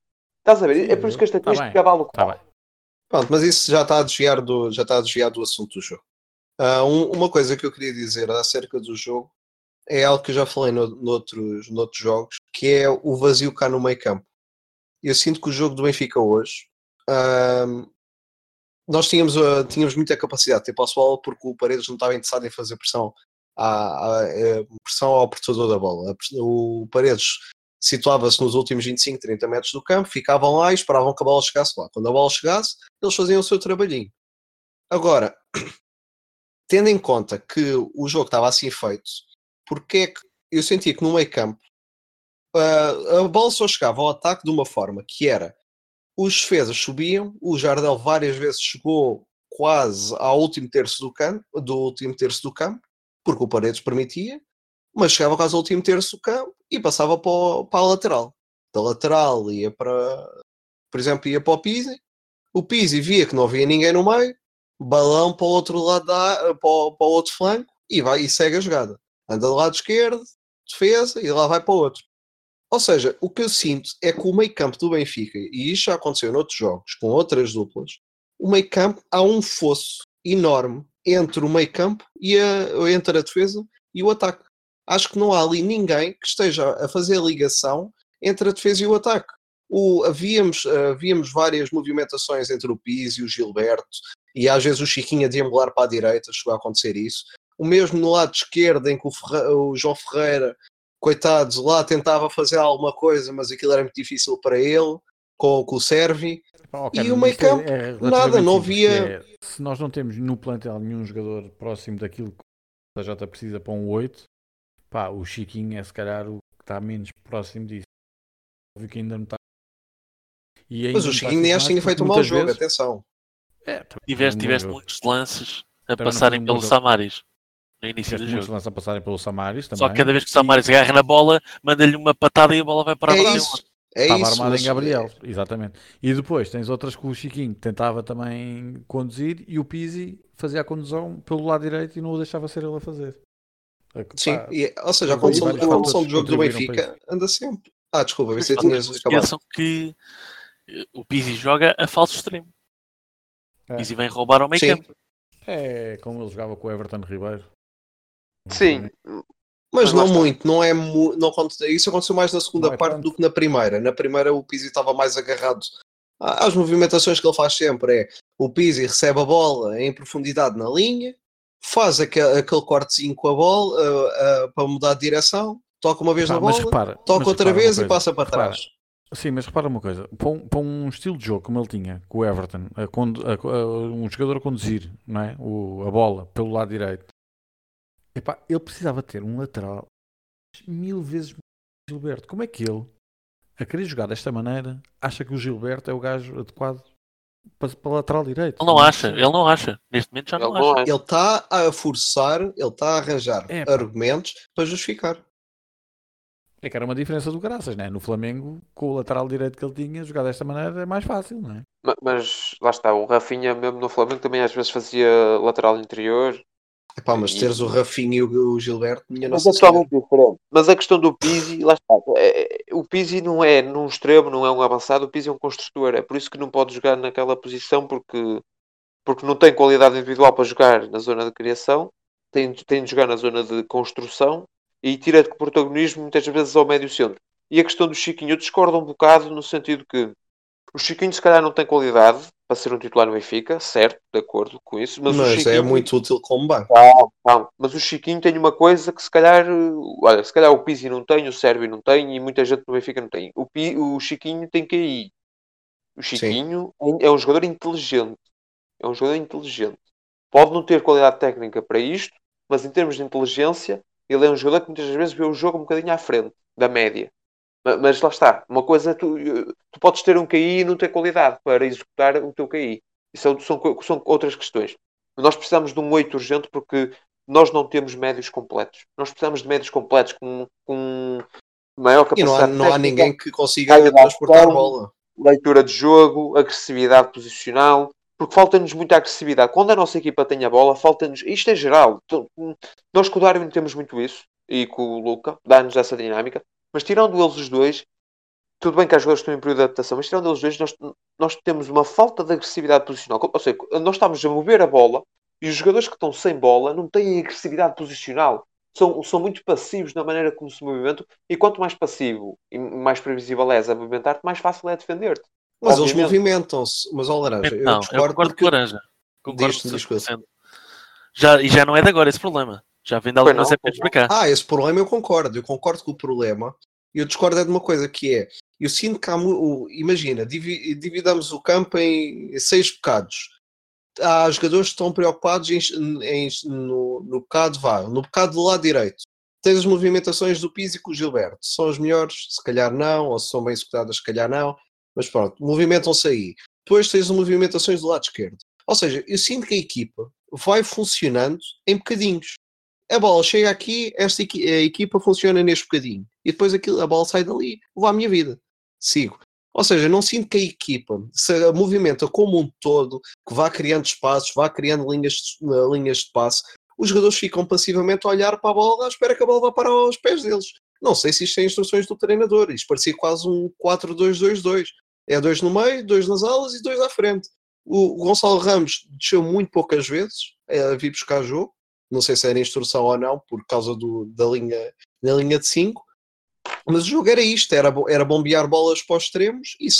Estás a ver? Sim, É por isso que a tá estatística vale o que Tá vale. bem. Pronto, mas isso já está a desviar do assunto do jogo. Uma coisa que eu queria dizer acerca do jogo é algo que eu já falei noutros jogos, que é o vazio cá no meio campo. Eu sinto que o jogo do Benfica hoje, nós tínhamos muita capacidade de ter posse de bola porque o Paredes não estava interessado em fazer pressão, pressão ao portador da bola. O Paredes situava-se nos últimos 25, 30 metros do campo, ficavam lá e esperavam que a bola chegasse lá. Quando a bola chegasse, eles faziam o seu trabalhinho. Agora, tendo em conta que o jogo estava assim feito, porque é que eu sentia que no meio campo a bola só chegava ao ataque de uma forma que era: os defesas subiam, o Jardel várias vezes chegou quase ao último terço do campo, porque o Paredes permitia, mas chegava quase ao último terço do campo e passava para a lateral. Da lateral ia por exemplo, ia para o Pizzi via que não havia ninguém no meio, balão para o outro lado, para o outro flanco e segue a jogada. Anda do lado esquerdo, defesa e lá vai para o outro. Ou seja, o que eu sinto é que o meio campo do Benfica, e isto já aconteceu noutros jogos, com outras duplas, o meio campo há um fosso enorme entre o meio campo entre a defesa e o ataque. Acho que não há ali ninguém que esteja a fazer a ligação entre a defesa e o ataque. Havíamos várias movimentações entre o Pizzi e o Gilberto, e às vezes o Chiquinho a deambular para a direita, chegou a acontecer isso. O mesmo no lado esquerdo, em que o João Ferreira, coitados, lá tentava fazer alguma coisa, mas aquilo era muito difícil para ele, com o Servi. E o meio campo, nada, não havia. Se nós não temos no plantel nenhum jogador próximo daquilo que a Jota precisa para um 8, pá, o Chiquinho é se calhar o que está menos próximo disso. Óbvio que ainda não está. Mas o Chiquinho nem acho que tinha feito um mau jogo, atenção. Tiveste muitos lances a passarem pelo Samaris no início do jogo. Lances a passarem pelo Samaris também. Só que cada vez que o Samaris agarra na bola, manda-lhe uma patada e a bola vai para a isso. Estava armado em Gabriel, exatamente. E depois tens outras que o Chiquinho tentava também conduzir e o Pizzi fazia a condução pelo lado direito e não o deixava ser ele a fazer. Sim, ou seja, a condução do jogo do Benfica anda sempre. Desculpa, você tinhas acabado. Esqueçam que o Pizzi joga a falso extremo. O Pizzi vem roubar ao meio campo. É como ele jogava com o Everton Ribeiro. Sim. Mas não muito, não é isso aconteceu mais na segunda parte do que na primeira. Na primeira o Pizzi estava mais agarrado às movimentações que ele faz sempre. O Pizzi recebe a bola em profundidade na linha, faz aquele cortezinho com a bola para mudar de direção, toca uma vez na bola, toca outra vez e passa para trás. Sim, mas repara uma coisa, para um estilo de jogo como ele tinha, com o Everton, um jogador a conduzir, não é? A bola pelo lado direito, ele precisava ter um lateral 1000 vezes mais que o Gilberto. Como é que ele, a querer jogar desta maneira, acha que o Gilberto é o gajo adequado para o lateral direito? Ele não acha. Neste momento já não acha. Ele está a forçar, ele está a arranjar argumentos para justificar. É que era uma diferença do graças, né? No Flamengo, com o lateral direito que ele tinha, jogar desta maneira é mais fácil, não é? Mas lá está, o Rafinha mesmo no Flamengo também às vezes fazia lateral interior. Mas teres o Rafinha e o Gilberto, minha nossa senhora. Mas é totalmente diferente. Mas a questão do Pizzi, lá está. O Pizzi não é num extremo, não é um avançado, o Pizzi é um construtor. É por isso que não pode jogar naquela posição, porque não tem qualidade individual para jogar na zona de criação, tem de jogar na zona de construção e tira de protagonismo muitas vezes ao médio centro. E a questão do Chiquinho, eu discordo um bocado no sentido que o Chiquinho se calhar não tem qualidade para ser um titular no Benfica, certo, de acordo com isso. Mas o Chiquinho é muito útil como banco. Mas o Chiquinho tem uma coisa que se calhar o Pizzi não tem, o Sérvio não tem e muita gente no Benfica não tem. O Chiquinho tem QI. O Chiquinho é um jogador inteligente. É um jogador inteligente. Pode não ter qualidade técnica para isto, mas em termos de inteligência, ele é um jogador que muitas vezes vê o jogo um bocadinho à frente da média. Mas lá está. Uma coisa, tu podes ter um QI e não ter qualidade para executar o teu QI. Isso são outras questões. Nós precisamos de um 8 urgente porque nós não temos médios completos. Nós precisamos de médios completos com maior capacidade. E não há ninguém que consiga transportar a bola. Leitura de jogo, agressividade posicional. Porque falta-nos muita agressividade. Quando a nossa equipa tem a bola, falta-nos... Isto é geral. Nós com o Darwin temos muito isso. E com o Luca. Dá-nos essa dinâmica. Mas tirando eles os dois, tudo bem que há jogadores que estão em período de adaptação, mas tirando eles dois, nós temos uma falta de agressividade posicional. Ou seja, nós estamos a mover a bola e os jogadores que estão sem bola não têm agressividade posicional. São muito passivos na maneira como se movimentam, e quanto mais passivo e mais previsível és a movimentar-te, mais fácil é defender-te. Mas eles Obviamente. movimentam-se. Mas, ó, Laranja, eu Não, eu discordo concordo porque... com o Laranja. Concordo Diz-te, diz 100%. E já não é de agora esse problema. Já vem de algumas épocas para cá. Esse problema eu concordo com o problema. E eu discordo de uma coisa que é, eu sinto que há, imagina, dividamos o campo em 6 bocados. Há jogadores que estão preocupados no bocado, no bocado do lado direito. Tens as movimentações do Pizzi com o Gilberto. São as melhores? Se calhar não, ou se são bem executadas, se calhar não. Mas pronto, movimentam-se aí. Depois tens as movimentações do lado esquerdo. Ou seja, eu sinto que a equipa vai funcionando em bocadinhos. A bola chega aqui, a equipa funciona neste bocadinho. E depois a bola sai dali, vou à minha vida. Sigo. Ou seja, não sinto que a equipa se movimenta como um todo, que vá criando espaços, vá criando linhas de passe. Os jogadores ficam passivamente a olhar para a bola à espera que a bola vá para os pés deles. Não sei se isto é instruções do treinador. Isto parecia quase um 4-2-2-2. É 2 no meio, 2 nas alas e 2 à frente. O Gonçalo Ramos desceu muito poucas vezes a vir buscar jogo. Não sei se era instrução ou não, por causa da linha de 5. Mas o jogo era isto, era bombear bolas para os extremos e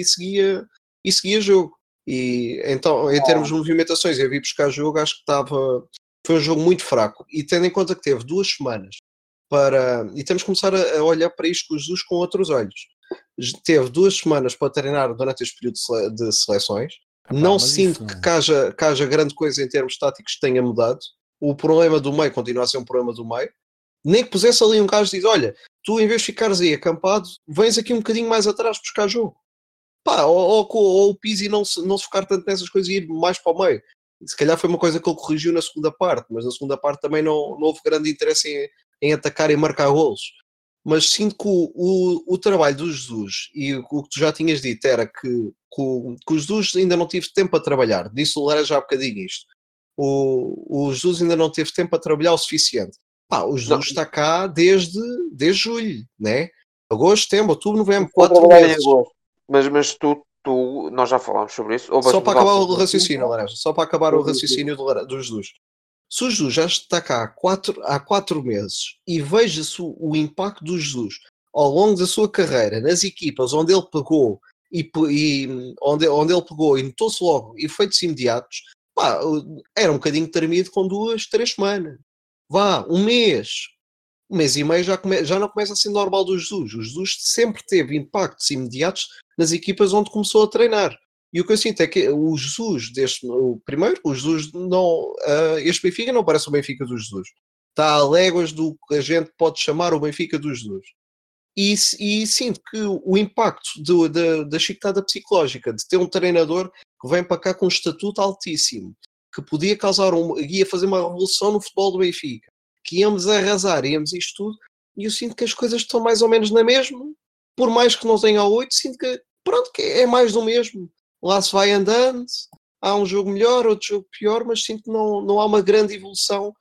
seguia jogo. E então, em termos de movimentações, eu vi buscar jogo, acho que foi um jogo muito fraco. E tendo em conta que teve 2 semanas e temos que começar a olhar para isto com os Jesus com outros olhos. Teve 2 semanas para treinar durante este período de seleções. Não sinto que haja grande coisa em termos táticos que tenha mudado. O problema do meio continua a ser um problema do meio. Nem que pusesse ali um gajo e diz, olha, tu em vez de ficares aí acampado, vens aqui um bocadinho mais atrás buscar jogo. Pá, ou o Pizzi não se focar tanto nessas coisas e ir mais para o meio. Se calhar foi uma coisa que ele corrigiu na segunda parte, mas na segunda parte também não houve grande interesse em atacar e marcar golos. Mas sinto que o trabalho do Jesus, e o que tu já tinhas dito era que o Jesus ainda não tive tempo a trabalhar. Disse o Lara já há bocadinho isto. O Jesus ainda não teve tempo a trabalhar o suficiente. Pá, o Jesus está cá desde julho, né? Agosto, setembro, outubro, novembro, 4 meses. Mas nós já falámos sobre isso. Só para acabar o raciocínio, Laranja. Só para acabar o raciocínio do Jesus. Se o Jesus já está cá há 4 meses e veja-se o impacto do Jesus ao longo da sua carreira nas equipas onde ele pegou e onde ele pegou e notou-se logo efeitos imediatos, pá, era um bocadinho tremido com 2, 3 semanas. Vá, um mês e meio já não começa a ser normal do Jesus. O Jesus sempre teve impactos imediatos nas equipas onde começou a treinar. E o que eu sinto é que o Jesus o Jesus não, este Benfica não parece o Benfica do Jesus. Está a léguas do que a gente pode chamar o Benfica do Jesus. E sinto que o impacto da chicotada psicológica de ter um treinador que vem para cá com um estatuto altíssimo, que podia ia fazer uma revolução no futebol do Benfica, que íamos arrasar, íamos isto tudo, e eu sinto que as coisas estão mais ou menos na mesma, por mais que não tenha 8, sinto que é mais do mesmo. Lá se vai andando, há um jogo melhor, outro jogo pior, mas sinto que não há uma grande evolução.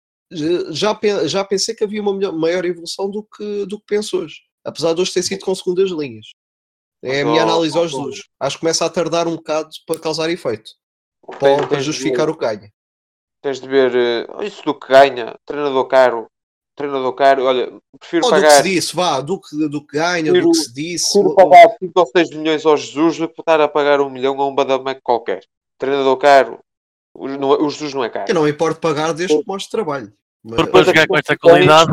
Já pensei que havia uma maior evolução do que penso hoje, apesar de hoje ter sido com segundas linhas. É a minha análise aos Jesus. Acho que começa a tardar um bocado para causar efeito, para justificar o que ganha. Tens de ver isso do que ganha, treinador caro, olha, prefiro pagar... do que se disse, do que ganha, do que se disse. Prefiro pagar 5 ou 6 milhões ao Jesus do que estar a pagar 1 milhão a um Badamec qualquer. Treinador caro, o Jesus não é caro. Eu não me importo pagar desde que mostre trabalho. Mas depois jogar com esta qualidade...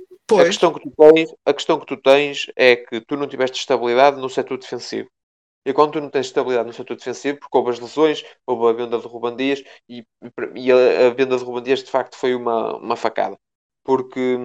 A questão que tu tens é que tu não tiveste estabilidade no setor defensivo. E quando tu não tens estabilidade no setor defensivo, porque houve as lesões, houve a venda de Ruben Dias, e a venda de Ruben Dias de facto foi uma facada. Porque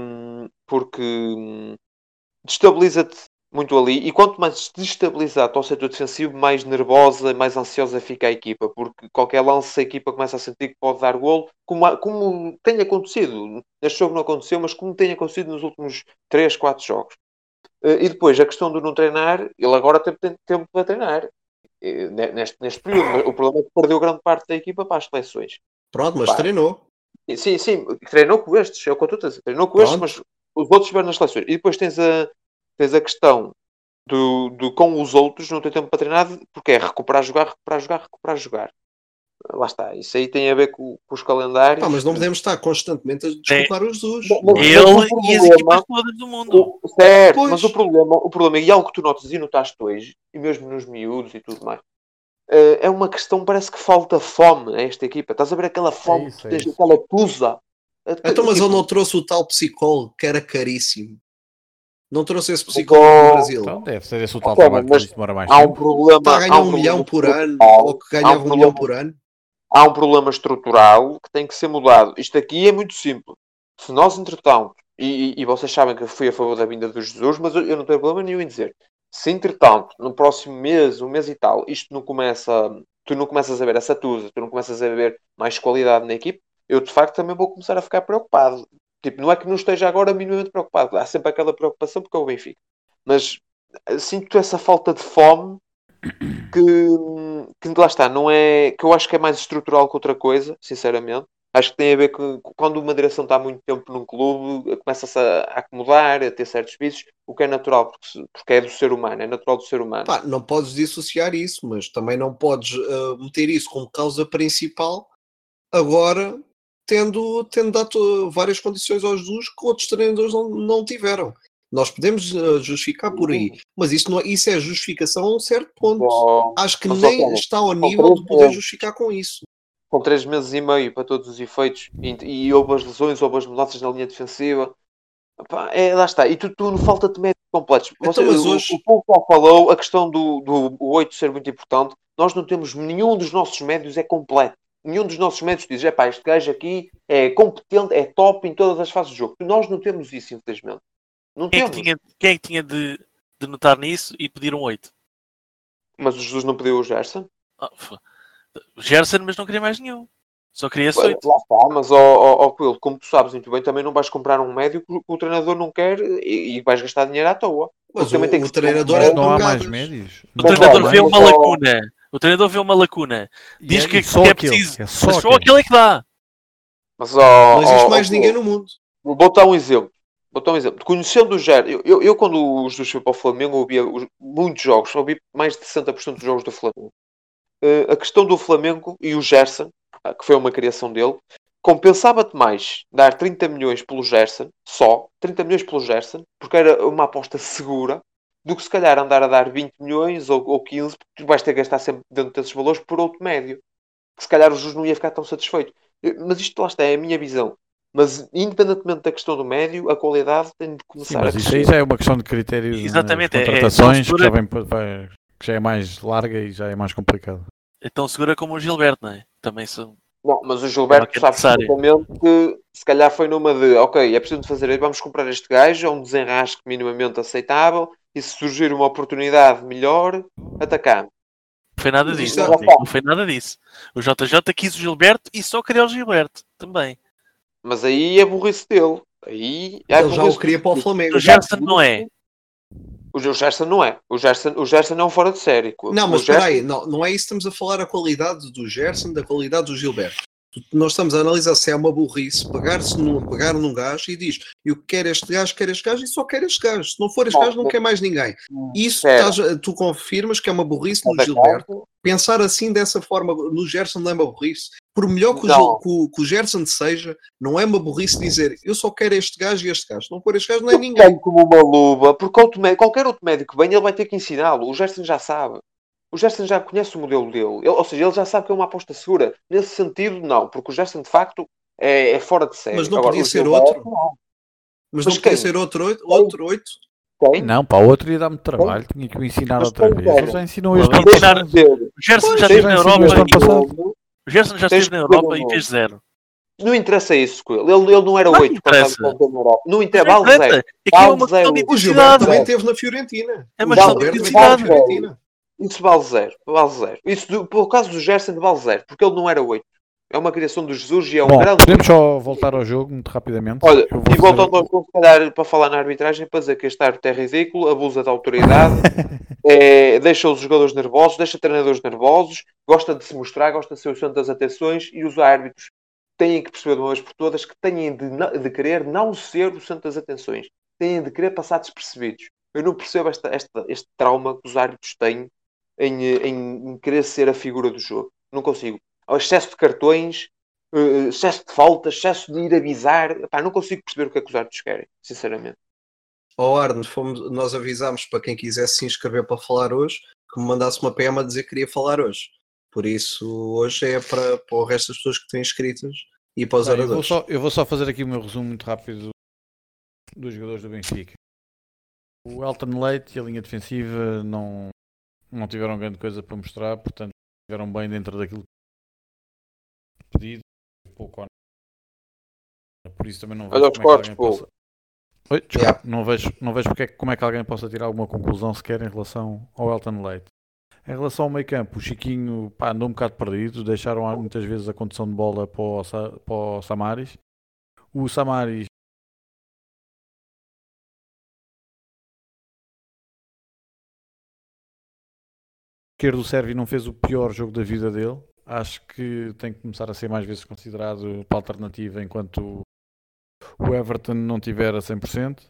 destabiliza-te muito ali, e quanto mais destabilizado ao setor defensivo, mais nervosa, mais ansiosa fica a equipa, porque qualquer lance a equipa começa a sentir que pode dar golo, como tem acontecido. Neste jogo não aconteceu, mas como tem acontecido nos últimos 3, 4 jogos. E depois, a questão de não treinar, ele agora tem tempo para treinar. Neste período, o problema é que perdeu grande parte da equipa para as seleções. Pronto, mas treinou. Sim, treinou com estes, é o que eu estou a dizer. Treinou com estes, mas os outros estiveram nas seleções. E depois tens a questão com os outros, não tem tempo para treinar, porque é recuperar, jogar. Lá está. Isso aí tem a ver com os calendários. Mas não podemos estar constantemente a desculpar os Jesus. Ele e as equipas todas do mundo. Certo, pois. Mas o problema, e algo que tu notas e notaste hoje, e mesmo nos miúdos e tudo mais, é uma questão, parece que falta fome a esta equipa. Estás a ver aquela fome, aquela tusa. Então, mas ele não trouxe o tal psicólogo que era caríssimo. Não trouxe esse psicólogo no Brasil. Então deve ser esse o tal trabalho que isto demora mais tempo. Há um problema. Está a ganhar $1 milhão por ano, ou que ganhava $1 milhão por ano. Há um problema estrutural que tem que ser mudado. Isto aqui é muito simples. Se nós, entretanto, e vocês sabem que eu fui a favor da vinda do Jesus, mas eu não tenho problema nenhum em dizer. Se, entretanto, no próximo mês, um mês e tal, isto não começa, tu não começas a ver essa tusa, tu não começas a ver mais qualidade na equipe, eu, de facto, também vou começar a ficar preocupado. Tipo, não é que não esteja agora minimamente preocupado. Há sempre aquela preocupação porque é o Benfica. Mas sinto essa falta de fome que lá está, não é, que eu acho que é mais estrutural que outra coisa, sinceramente. Acho que tem a ver com quando uma direção está há muito tempo num clube, começa-se a acomodar, a ter certos vícios, o que é natural, porque é do ser humano, é natural do ser humano. Pá, não podes dissociar isso, mas também não podes meter isso como causa principal, agora tendo dado várias condições aos Jesus que outros treinadores não tiveram. Nós podemos justificar por aí, mas isso é justificação a um certo ponto. Acho que nem está ao nível de poder justificar com isso. Com 3 meses e meio para todos os efeitos, e houve as lesões, houve as mudanças na linha defensiva. Lá está. E tu falta-te médios completos. Então, mas hoje... O Paulo já falou, a questão do 8 ser muito importante. Nós não temos, nenhum dos nossos médios é completo. Nenhum dos nossos médios diz, este gajo aqui é competente, é top em todas as fases do jogo. Nós não temos isso, infelizmente. Não quem temos. Quem é que tinha de notar nisso e pedir um 8? Mas o Jesus não pediu o Gerson? O Gerson, mas não queria mais nenhum. Só queria esse 8. Lá está, mas Coelho, como tu sabes muito bem, também não vais comprar um médio que o treinador não quer e vais gastar dinheiro à toa. Mas o treinador é não há mais médios. O treinador vê uma lacuna. O treinador vê uma lacuna. Diz que é preciso. Mas só aquele é que dá. Mas não existe mais ninguém no mundo. Vou dar um exemplo. Conhecendo o Gerson, eu quando o Jesus foi para o Flamengo, ouvia muitos jogos, ouvi mais de 60% dos jogos do Flamengo. A questão do Flamengo e o Gerson, que foi uma criação dele, compensava-te mais dar 30 milhões pelo Gerson, só 30 milhões pelo Gerson, porque era uma aposta segura, do que se calhar andar a dar 20 milhões ou 15, porque tu vais ter que gastar sempre dentro desses valores por outro médio. Que se calhar o Jesus não ia ficar tão satisfeito. Mas isto lá está, é a minha visão. Mas independentemente da questão do médio, a qualidade tem de começar a crescer. Mas isso aí já é uma questão de critérios. Exatamente, nas contratações que já é mais larga e já é mais complicado. É tão segura como o Gilberto, não é? Também são. Não, mas o Gilberto sabe perfeitamente que se calhar foi numa de ok, é preciso fazer isso, vamos comprar este gajo, é um desenrasque minimamente aceitável e se surgir uma oportunidade melhor, atacamos. Não foi nada disso. Não foi nada disso. O JJ quis o Gilberto e só queria o Gilberto também. Mas aí é burrice dele. Aí ele já o queria para o Flamengo. O Gerson não é. O Gerson não é. O Gerson é um fora de série. Não, mas espera aí. Não é isso que estamos a falar, a qualidade do Gerson, da qualidade do Gilberto. Nós estamos a analisar se é uma burrice pegar num gajo e diz eu quero este gajo e só quero este gajo. Se não for este gajo, não quer mais ninguém. Isso tu confirmas que é uma burrice no Gilberto. Pensar assim, dessa forma, no Gerson não é uma burrice. Por melhor que o Gerson seja, não é uma burrice dizer eu só quero este gajo e este gajo. Se não for este gajo, não é ninguém. Tem como uma luva, porque qualquer outro médico que venha, ele vai ter que ensiná-lo. O Gerson já sabe. O Gerson já conhece o modelo dele. Ou seja, ele já sabe que é uma aposta segura. Nesse sentido, não. Porque o Gerson, de facto, é fora de série. Mas não podia ser outro? Mas não podia ser outro 8? Não, para o outro ia dar muito trabalho. Tinha que o ensinar outra vez. Ele já ensinou este ano. O Gerson já esteve na Europa. O Gerson já esteve na Europa e fez 0. Não interessa isso, ele não era 8 quando estava na Europa. Não interessa, vale 0. O Gilberto também esteve na Fiorentina. É uma questão de identidade. Isso vale 0. Isso, por causa do Gerson, vale 0. Porque ele não era 8. É uma criação do Jesus e é um grande... Podemos só voltar ao jogo muito rapidamente. Olha, e voltando ao jogo, se calhar, para falar na arbitragem, para dizer que este árbitro é ridículo, abusa da autoridade, deixa os jogadores nervosos, deixa treinadores nervosos, gosta de se mostrar, gosta de ser o centro das atenções e os árbitros têm que perceber de uma vez por todas que têm de querer não ser o centro das atenções. Têm de querer passar despercebidos. Eu não percebo este trauma que os árbitros têm em querer ser a figura do jogo. Não consigo. O excesso de cartões, excesso de faltas, excesso de ir avisar. Epá, não consigo perceber o que é que os árbitros querem, sinceramente. Arno, nós avisámos para quem quisesse se inscrever para falar hoje que me mandasse uma PM a dizer que queria falar hoje. Por isso, hoje é para o resto das pessoas que estão inscritas e para os oradores. Eu vou só fazer aqui o meu resumo muito rápido dos jogadores do Benfica. O Elton Leite e a linha defensiva não tiveram grande coisa para mostrar, portanto estiveram bem dentro daquilo que pedido, pouco. Por isso também não vejo Olha os como é cortes, que alguém possa... Oi, desculpa, Yeah. não vejo como é que alguém possa tirar alguma conclusão sequer em relação ao Elton Leite. Em relação ao meio campo, o Chiquinho andou um bocado perdido, deixaram muitas vezes a condução de bola para o Samaris. O Samaris esquerdo, o Sérvio não fez o pior jogo da vida dele. Acho que tem que começar a ser mais vezes considerado para a alternativa enquanto o Everton não tiver a 100%.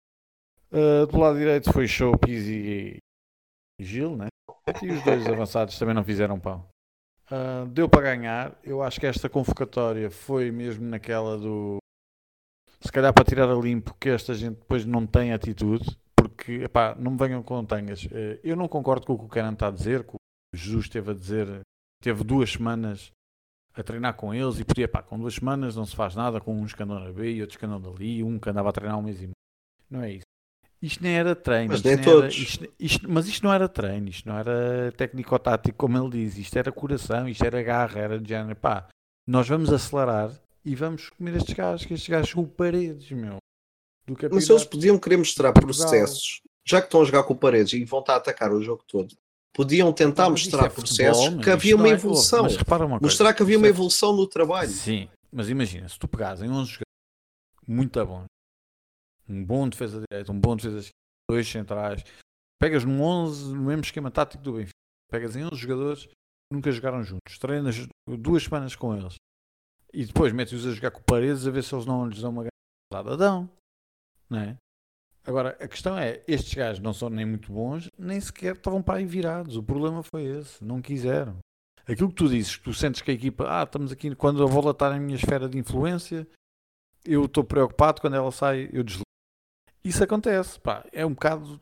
Do lado direito foi Show, Pizzi e Gil, né? E os dois avançados também não fizeram pão. Deu para ganhar. Eu acho que esta convocatória foi mesmo naquela do... Se calhar para tirar a limpo que esta gente depois não tem atitude. Porque, epá, não me venham com tangas. Eu não concordo com o que o Kenan está a dizer, que o Jesus esteve a dizer, teve 2 semanas a treinar com eles e podia, pá, com 2 semanas não se faz nada, com uns que andam na B e outros que andam dali, um que andava a treinar um mês e meio. Não é isso. Isto nem era treino. Mas nem todos. Mas isto não era treino, isto não era técnico-tático, como ele diz. Isto era coração, isto era garra, era de género, pá, nós vamos acelerar e vamos comer estes gajos, que estes gajos são paredes, meu. Do Mas eles podiam querer mostrar processos, já que estão a jogar com paredes e vão estar a atacar o jogo todo, podiam tentar mostrar processos que havia uma evolução. Mas repara uma coisa, mostrar que havia uma evolução no trabalho. Sim, mas imagina, se tu pegares em 11 jogadores muito bons, um bom defesa direita, um bom defesa esquerda, 2 centrais, pegas num 11 no mesmo esquema tático do Benfica, pegas em 11 jogadores que nunca jogaram juntos, treinas 2 semanas com eles e depois metes-os a jogar com paredes a ver se eles não lhes dão uma grande dão. Não é? Agora, a questão é, estes gajos não são nem muito bons, nem sequer estavam para aí virados. O problema foi esse, não quiseram. Aquilo que tu dizes, que tu sentes que a equipa, estamos aqui, quando a bola está na minha esfera de influência, eu estou preocupado, quando ela sai, eu desligo. Isso acontece, pá, é um bocado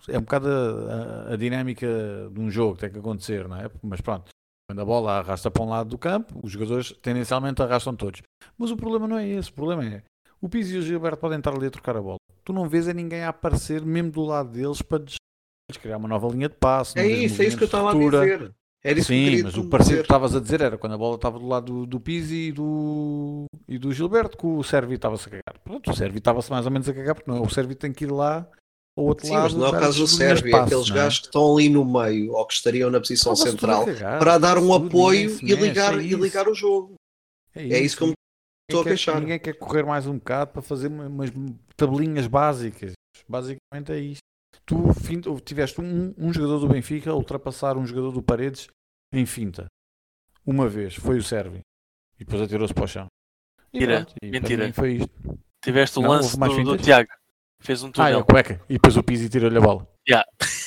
a dinâmica de um jogo que tem que acontecer, não é? Mas pronto, quando a bola arrasta para um lado do campo, os jogadores tendencialmente arrastam todos. Mas o problema não é esse, o problema é, o Pizzi e o Gilberto podem estar ali a trocar a bola. Tu não vês ninguém a aparecer mesmo do lado deles para criar uma nova linha de passe. É isso que eu estava a dizer. Era isso sim, que eu mas o parecido que estavas a dizer era quando a bola estava do lado do Pizzi e do Gilberto, que o Sérvio estava-se a cagar. Pronto, o Sérvio estava-se mais ou menos a cagar, porque não é, o Sérvio tem que ir lá ao outro lado. Mas não é o caso do Sérvio, é aqueles gajos que estão ali no meio ou que estariam na posição central para dar um apoio e ligar o jogo. É isso que eu me estou a queixar. Ninguém quer correr mais um bocado para fazer umas tabelinhas básicas. Basicamente é isto. Tu tiveste um jogador do Benfica a ultrapassar um jogador do Paredes em finta. Uma vez, foi o Sérvio. E depois atirou-se para o chão. Mentira. Foi isto. Tiveste o lance do Tiago. Fez um túnel. A cueca. E depois o Pizzi tirou-lhe a bola. Yeah.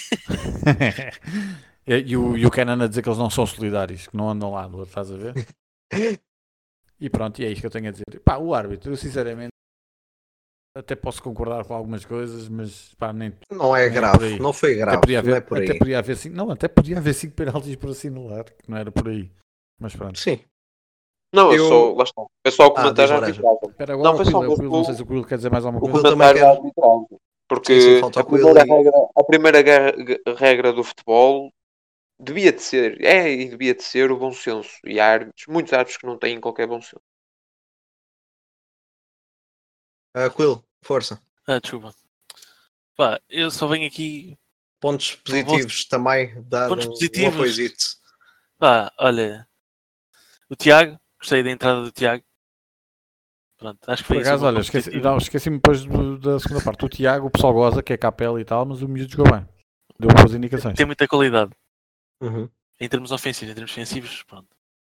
e o Kenan a dizer que eles não são solidários, que não andam lá, estás a ver? E pronto, e é isto que eu tenho a dizer. Pá, o árbitro, eu sinceramente até posso concordar com algumas coisas, mas pá, não é grave, não foi grave, até podia haver 5 penaltis por assinalar, que não era por aí. Mas pronto. Sim. Não, é só o comentário da arbitragem. Espera, agora não sei se o Quilo quer dizer mais alguma coisa. O comentário da arbitragem. Porque a primeira regra do futebol devia de ser o bom senso. E há muitos árbitros que não têm qualquer bom senso. Quilo, força. Desculpa. Pá, eu só venho aqui... Pontos positivos também, dar uma coisita. Pá, olha... O Tiago, gostei da entrada do Tiago. Pronto, acho que foi isso. Olha, esqueci-me depois da segunda parte. O Tiago, o pessoal goza, que é capela e tal, mas o miúdo jogou bem. Deu boas indicações. Tem muita qualidade. Uhum. Em termos ofensivos, em termos defensivos, pronto.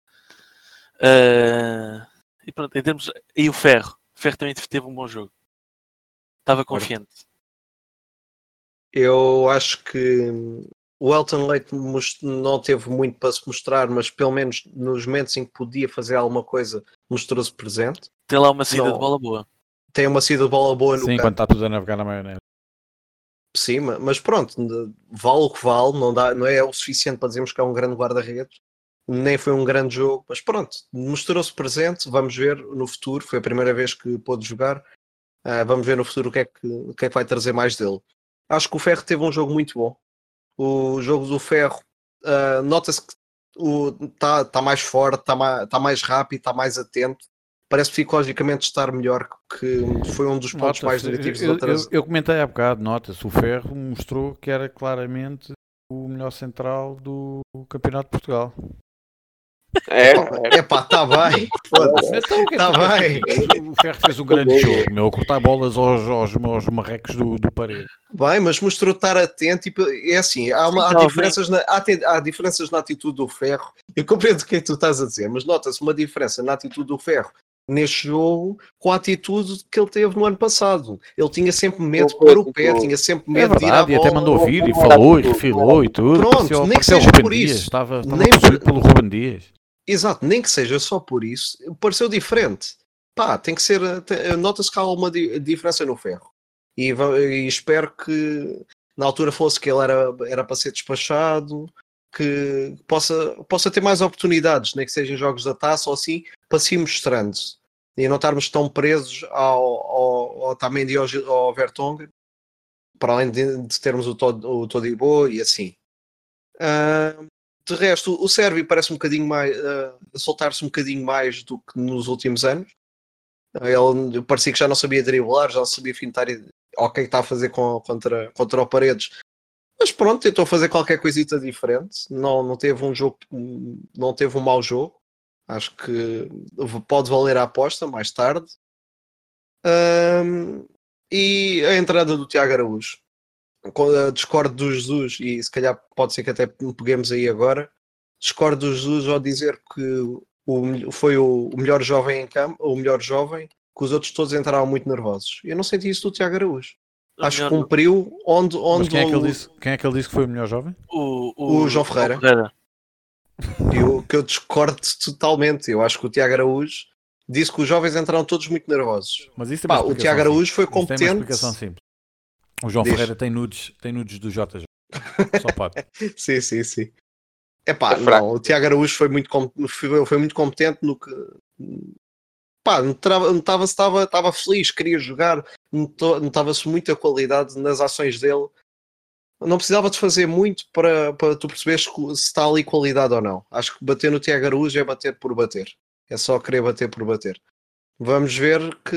E pronto, em termos... E o Ferro. O Ferro também teve um bom jogo. Estava confiante. Eu acho que o Elton Leite não teve muito para se mostrar, mas pelo menos nos momentos em que podia fazer alguma coisa, mostrou-se presente. Tem lá uma saída Não. de bola boa. Tem uma saída de bola boa no Sim, campo. quando está tudo a navegar na maionese. Sim, mas pronto, vale o que vale, não é o suficiente para dizermos que é um grande guarda-redes, nem foi um grande jogo, mas pronto, mostrou-se presente, vamos ver no futuro, foi a primeira vez que pôde jogar, vamos ver no futuro o que é que vai trazer mais dele. Acho que o Ferro teve um jogo muito bom. O jogo do Ferro, nota-se que está mais forte, está mais rápido, está mais atento, parece psicologicamente estar melhor, que foi um dos pontos mais negativos da outras. Eu comentei há bocado, nota-se, o Ferro mostrou que era claramente o melhor central do Campeonato de Portugal. Epá, está bem. Então, o que é que Tá tu queres bem. que eu diga? O Ferro fez um grande jogo, meu, a cortar bolas aos marrecos do parede. Bem, mas mostrou estar atento e é assim, há diferenças há diferenças na atitude do Ferro. Eu compreendo o que é que tu estás a dizer, mas nota-se uma diferença na atitude do Ferro neste jogo com a atitude que ele teve no ano passado. Ele tinha sempre medo de pôr o pé, tinha sempre É medo de ir à verdade, e bola. até mandou vir e falou e refilou e tudo. Pronto, nem que pareceu o seja Ruben por Dias, isso. estava Nem possuído pelo Ruben Dias. Exato, nem que seja só por isso, pareceu diferente. Pá, tem que ser. Nota-se que há uma diferença no Ferro. E espero que na altura fosse que ele era para ser despachado, que possa ter mais oportunidades, nem que sejam jogos da taça ou assim, para se ir mostrando. E não estarmos tão presos ao Otamendi e ao Vertonghen, para além de termos o Todibo e assim. De resto, o Sérvio parece um bocadinho mais a soltar-se um bocadinho mais do que nos últimos anos. Ele parecia que já não sabia driblar, já não sabia fintar o que está a fazer contra o Paredes. Mas pronto, tentou fazer qualquer coisita diferente. Não teve um jogo, não teve um mau jogo. Acho que pode valer a aposta mais tarde. E a entrada do Tiago Araújo. Discordo do Jesus, e se calhar pode ser que até peguemos aí agora. Discordo do Jesus ao dizer que foi o melhor jovem em campo, o melhor jovem, que os outros todos entraram muito nervosos. Eu não senti isso do Tiago Araújo. Acho que cumpriu onde Mas quem é que ele disse que foi o melhor jovem? O João Ferreira. Que eu discordo totalmente. Eu acho que o Tiago Araújo disse que os jovens entraram todos muito nervosos. Mas isso o Tiago Araújo foi competente. Tem uma explicação simples. O João Ferreira tem nudes do JJ. Só pode. Sim. Não, o Tiago Araújo foi muito competente no que. Estava feliz, queria jogar, notava-se muita qualidade nas ações dele. Não precisava de fazer muito para tu perceberes se está ali qualidade ou não. Acho que bater no Tiago Araújo é bater por bater. É só querer bater por bater. Vamos ver que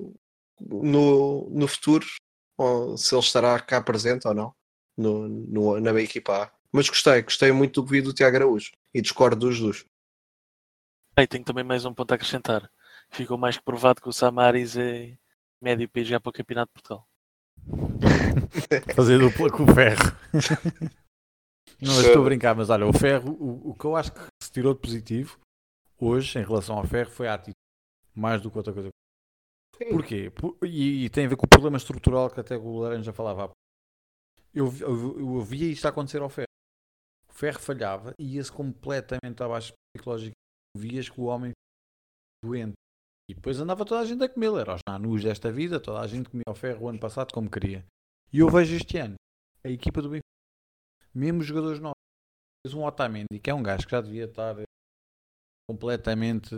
no futuro se ele estará cá presente ou não na equipa A. Mas gostei muito do que vi do Tiago Araújo e discordo dos Jesus. Tenho também mais um ponto a acrescentar. Ficou mais que provado que o Samaris é médio para jogar para o Campeonato de Portugal. Fazer dupla com o Ferro. Não, mas estou a brincar, mas olha, o Ferro, o que eu acho que se tirou de positivo hoje em relação ao Ferro foi a atitude, mais do que outra coisa. Porquê? E tem a ver com o problema estrutural que até o Laranjo já falava há pouco. Eu via isto acontecer ao Ferro. O Ferro falhava e ia-se completamente abaixo psicológico. Vias que o homem doente. E depois andava toda a gente a comê-lo. Era os nanus desta vida, toda a gente comia ao Ferro o ano passado como queria. E eu vejo este ano a equipa do Benfica, mesmo jogadores novos, fez um Otamendi, que é um gajo que já devia estar completamente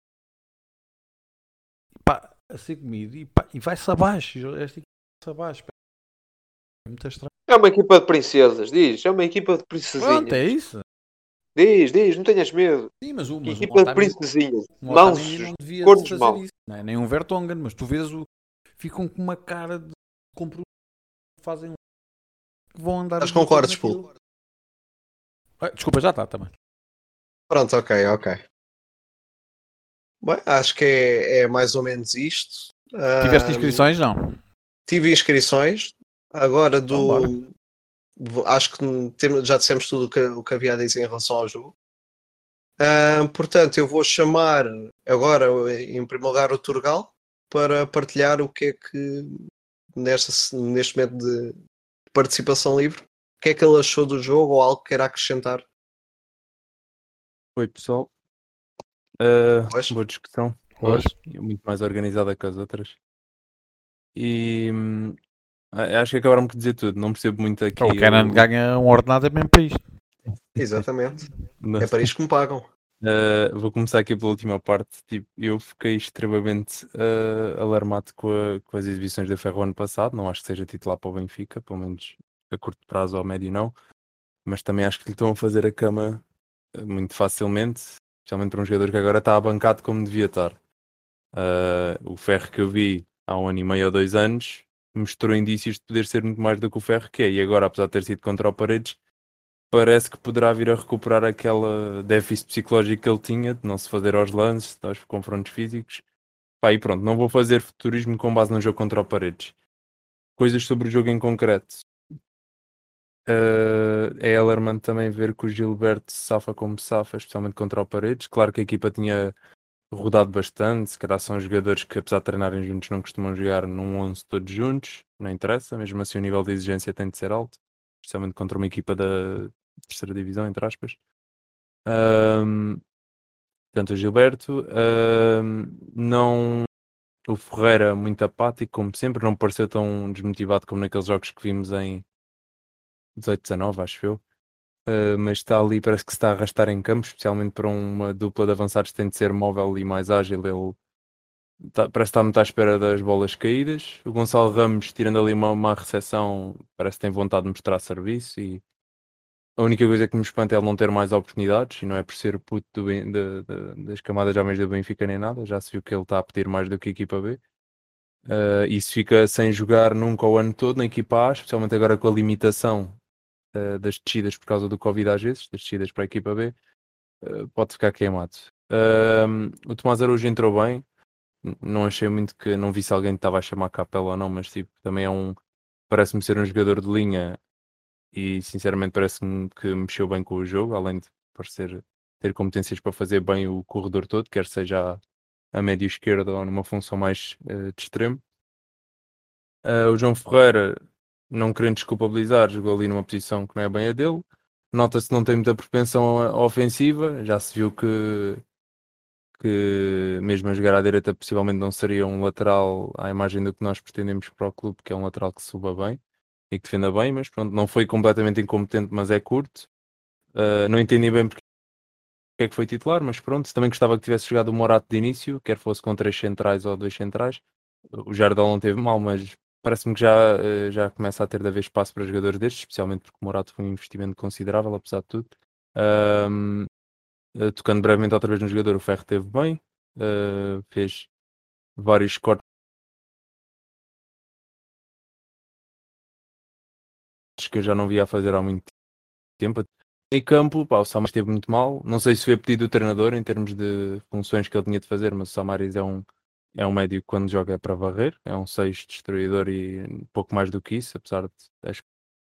a ser comido e vai-se abaixo. Esta equipa vai-se abaixo. É muito estranho. É uma equipa de princesas, diz. É uma equipa de princesinhas. Pronto, é isso. Diz, não tenhas medo. Sim, mas equipa de princesinhas. Mansos, não devia fazer mal. Isso. Não é nem um Vertonghen, mas tu vês ficam com uma cara de compromisso. Fazem vão andar. Mas concordes, Pul? Desculpa, já está também. Pronto, ok. Bem, acho que é mais ou menos isto. Tiveste inscrições? Não. Tive inscrições. Agora acho que já dissemos tudo o que havia a dizer em relação ao jogo. Portanto, eu vou chamar agora, em primeiro lugar, o Turgal para partilhar o que é que neste momento participação livre. O que é que ele achou do jogo ou algo que queira acrescentar? Oi, pessoal. Pois. Boa discussão. Pois. Muito mais organizada que as outras. E acho que acabaram por dizer tudo. Não percebo muito aqui. O Kenan ganha um ordenado é mesmo para isto. Exatamente. Não. É para isto que me pagam. Vou começar aqui pela última parte. Tipo, eu fiquei extremamente alarmado com as exibições da Ferro ano passado. Não acho que seja titular para o Benfica, pelo menos a curto prazo ou a médio não. Mas também acho que lhe estão a fazer a cama muito facilmente, especialmente para um jogador que agora está abancado como devia estar. O Ferro que eu vi há 1 ano e meio ou 2 anos mostrou indícios de poder ser muito mais do que o Ferro que é, e agora, apesar de ter sido contra o Paredes, parece que poderá vir a recuperar aquela déficit psicológico que ele tinha de não se fazer aos lances, aos confrontos físicos. Pá, e pronto, não vou fazer futurismo com base no jogo contra o Paredes. Coisas sobre o jogo em concreto. É alarmante também ver que o Gilberto safa como safa, especialmente contra o Paredes. Claro que a equipa tinha rodado bastante, se calhar são jogadores que, apesar de treinarem juntos, não costumam jogar num 11 todos juntos, não interessa, mesmo assim o nível de exigência tem de ser alto, especialmente contra uma equipa da terceira divisão, entre aspas. Portanto, o Gilberto, não, o Ferreira muito apático, como sempre, não pareceu tão desmotivado como naqueles jogos que vimos em 18-19, acho eu. Mas está ali, parece que se está a arrastar em campo, especialmente para uma dupla de avançados que tem de ser móvel e mais ágil. Ele parece estar muito à espera das bolas caídas. O Gonçalo Ramos, tirando ali uma recepção, parece que tem vontade de mostrar serviço. E a única coisa que me espanta é ele não ter mais oportunidades, e não é por ser puto das camadas jovens do Benfica nem nada. Já se viu que ele está a pedir mais do que a equipa B. E se fica sem jogar nunca o ano todo na equipa A, especialmente agora com a limitação das descidas por causa do Covid às vezes, das descidas para a equipa B, pode ficar queimado. O Tomás Araújo entrou bem, não achei muito que, não vi se alguém estava a chamar Capela ou não, mas tipo, também parece-me ser um jogador de linha e sinceramente parece-me que mexeu bem com o jogo, além de parecer ter competências para fazer bem o corredor todo, quer seja a médio esquerda ou numa função mais de extremo. O João Ferreira, não querendo desculpabilizar, jogou ali numa posição que não é bem a dele. Nota-se que não tem muita propensão ofensiva. Já se viu que mesmo a jogar à direita possivelmente não seria um lateral à imagem do que nós pretendemos para o clube, que é um lateral que suba bem e que defenda bem, mas pronto, não foi completamente incompetente, mas é curto. Não entendi bem porque é que foi titular, mas pronto, também gostava que tivesse jogado o Morato de início, quer fosse com 3 centrais ou 2 centrais. O Jardel não teve mal, mas parece-me que já começa a ter de haver espaço para jogadores destes, especialmente porque o Morato foi um investimento considerável, apesar de tudo. Tocando brevemente outra vez no jogador, o Ferro teve bem, fez vários cortes que eu já não via a fazer há muito tempo. Em campo, pá, o Samaris esteve muito mal. Não sei se foi a pedido do treinador em termos de funções que ele tinha de fazer, mas o Samaris é um médio que quando joga é para varrer, é um 6 destruidor e pouco mais do que isso, apesar de as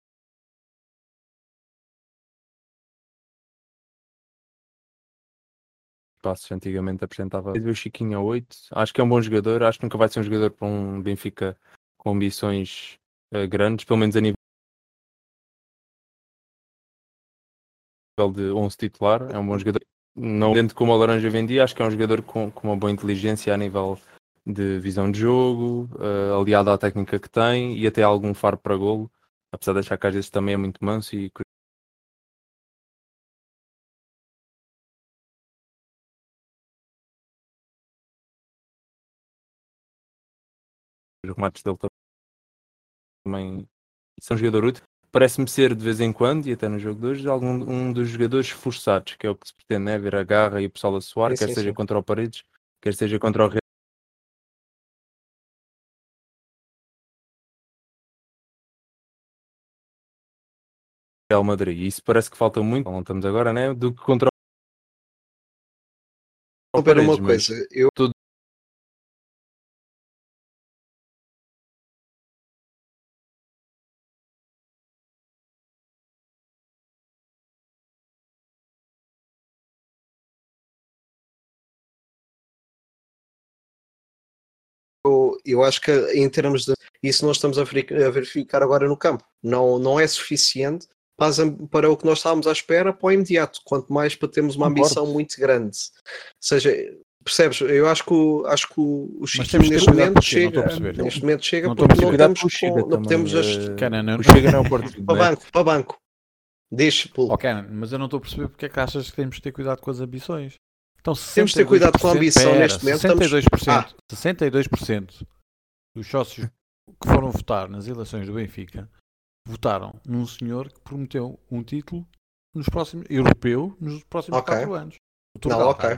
passos antigamente apresentava o Chiquinho a 8. Acho que é um bom jogador, acho que nunca vai ser um jogador para um Benfica com ambições grandes, pelo menos a nível de 11 titular, é um bom jogador. Não dentro como a Laranja vendia, acho que é um jogador com uma boa inteligência a nível de visão de jogo, aliado à técnica que tem e até algum faro para golo, apesar de achar que às vezes também é muito manso e os remates dele também são um jogador útil. Parece-me ser de vez em quando, e até no jogo de hoje, um dos jogadores forçados, que é o que se pretende, né? Ver a garra e o pessoal a suar, quer Sim, seja sim. contra o Paredes, quer seja contra o Real Madrid. E isso parece que falta muito, não estamos agora, né? Do que contra o Vou ver Paredes, uma mas coisa. Eu, tudo eu acho que em termos de. isso nós estamos a verificar agora no campo. Não é suficiente para o que nós estávamos à espera para o imediato, quanto mais para termos uma ambição muito grande. Ou seja, percebes? Eu acho que o Chiquinho neste momento chega. Neste momento chega porque não estamos não podemos o Chega não é o Porto. Para banco. Deixa, mas eu não estou a perceber porque é que achas que temos de ter cuidado com as ambições. Então, temos de ter cuidado com a ambição neste momento. 62% dos sócios que foram votar nas eleições do Benfica votaram num senhor que prometeu um título europeu nos próximos 4 anos. O Turgal está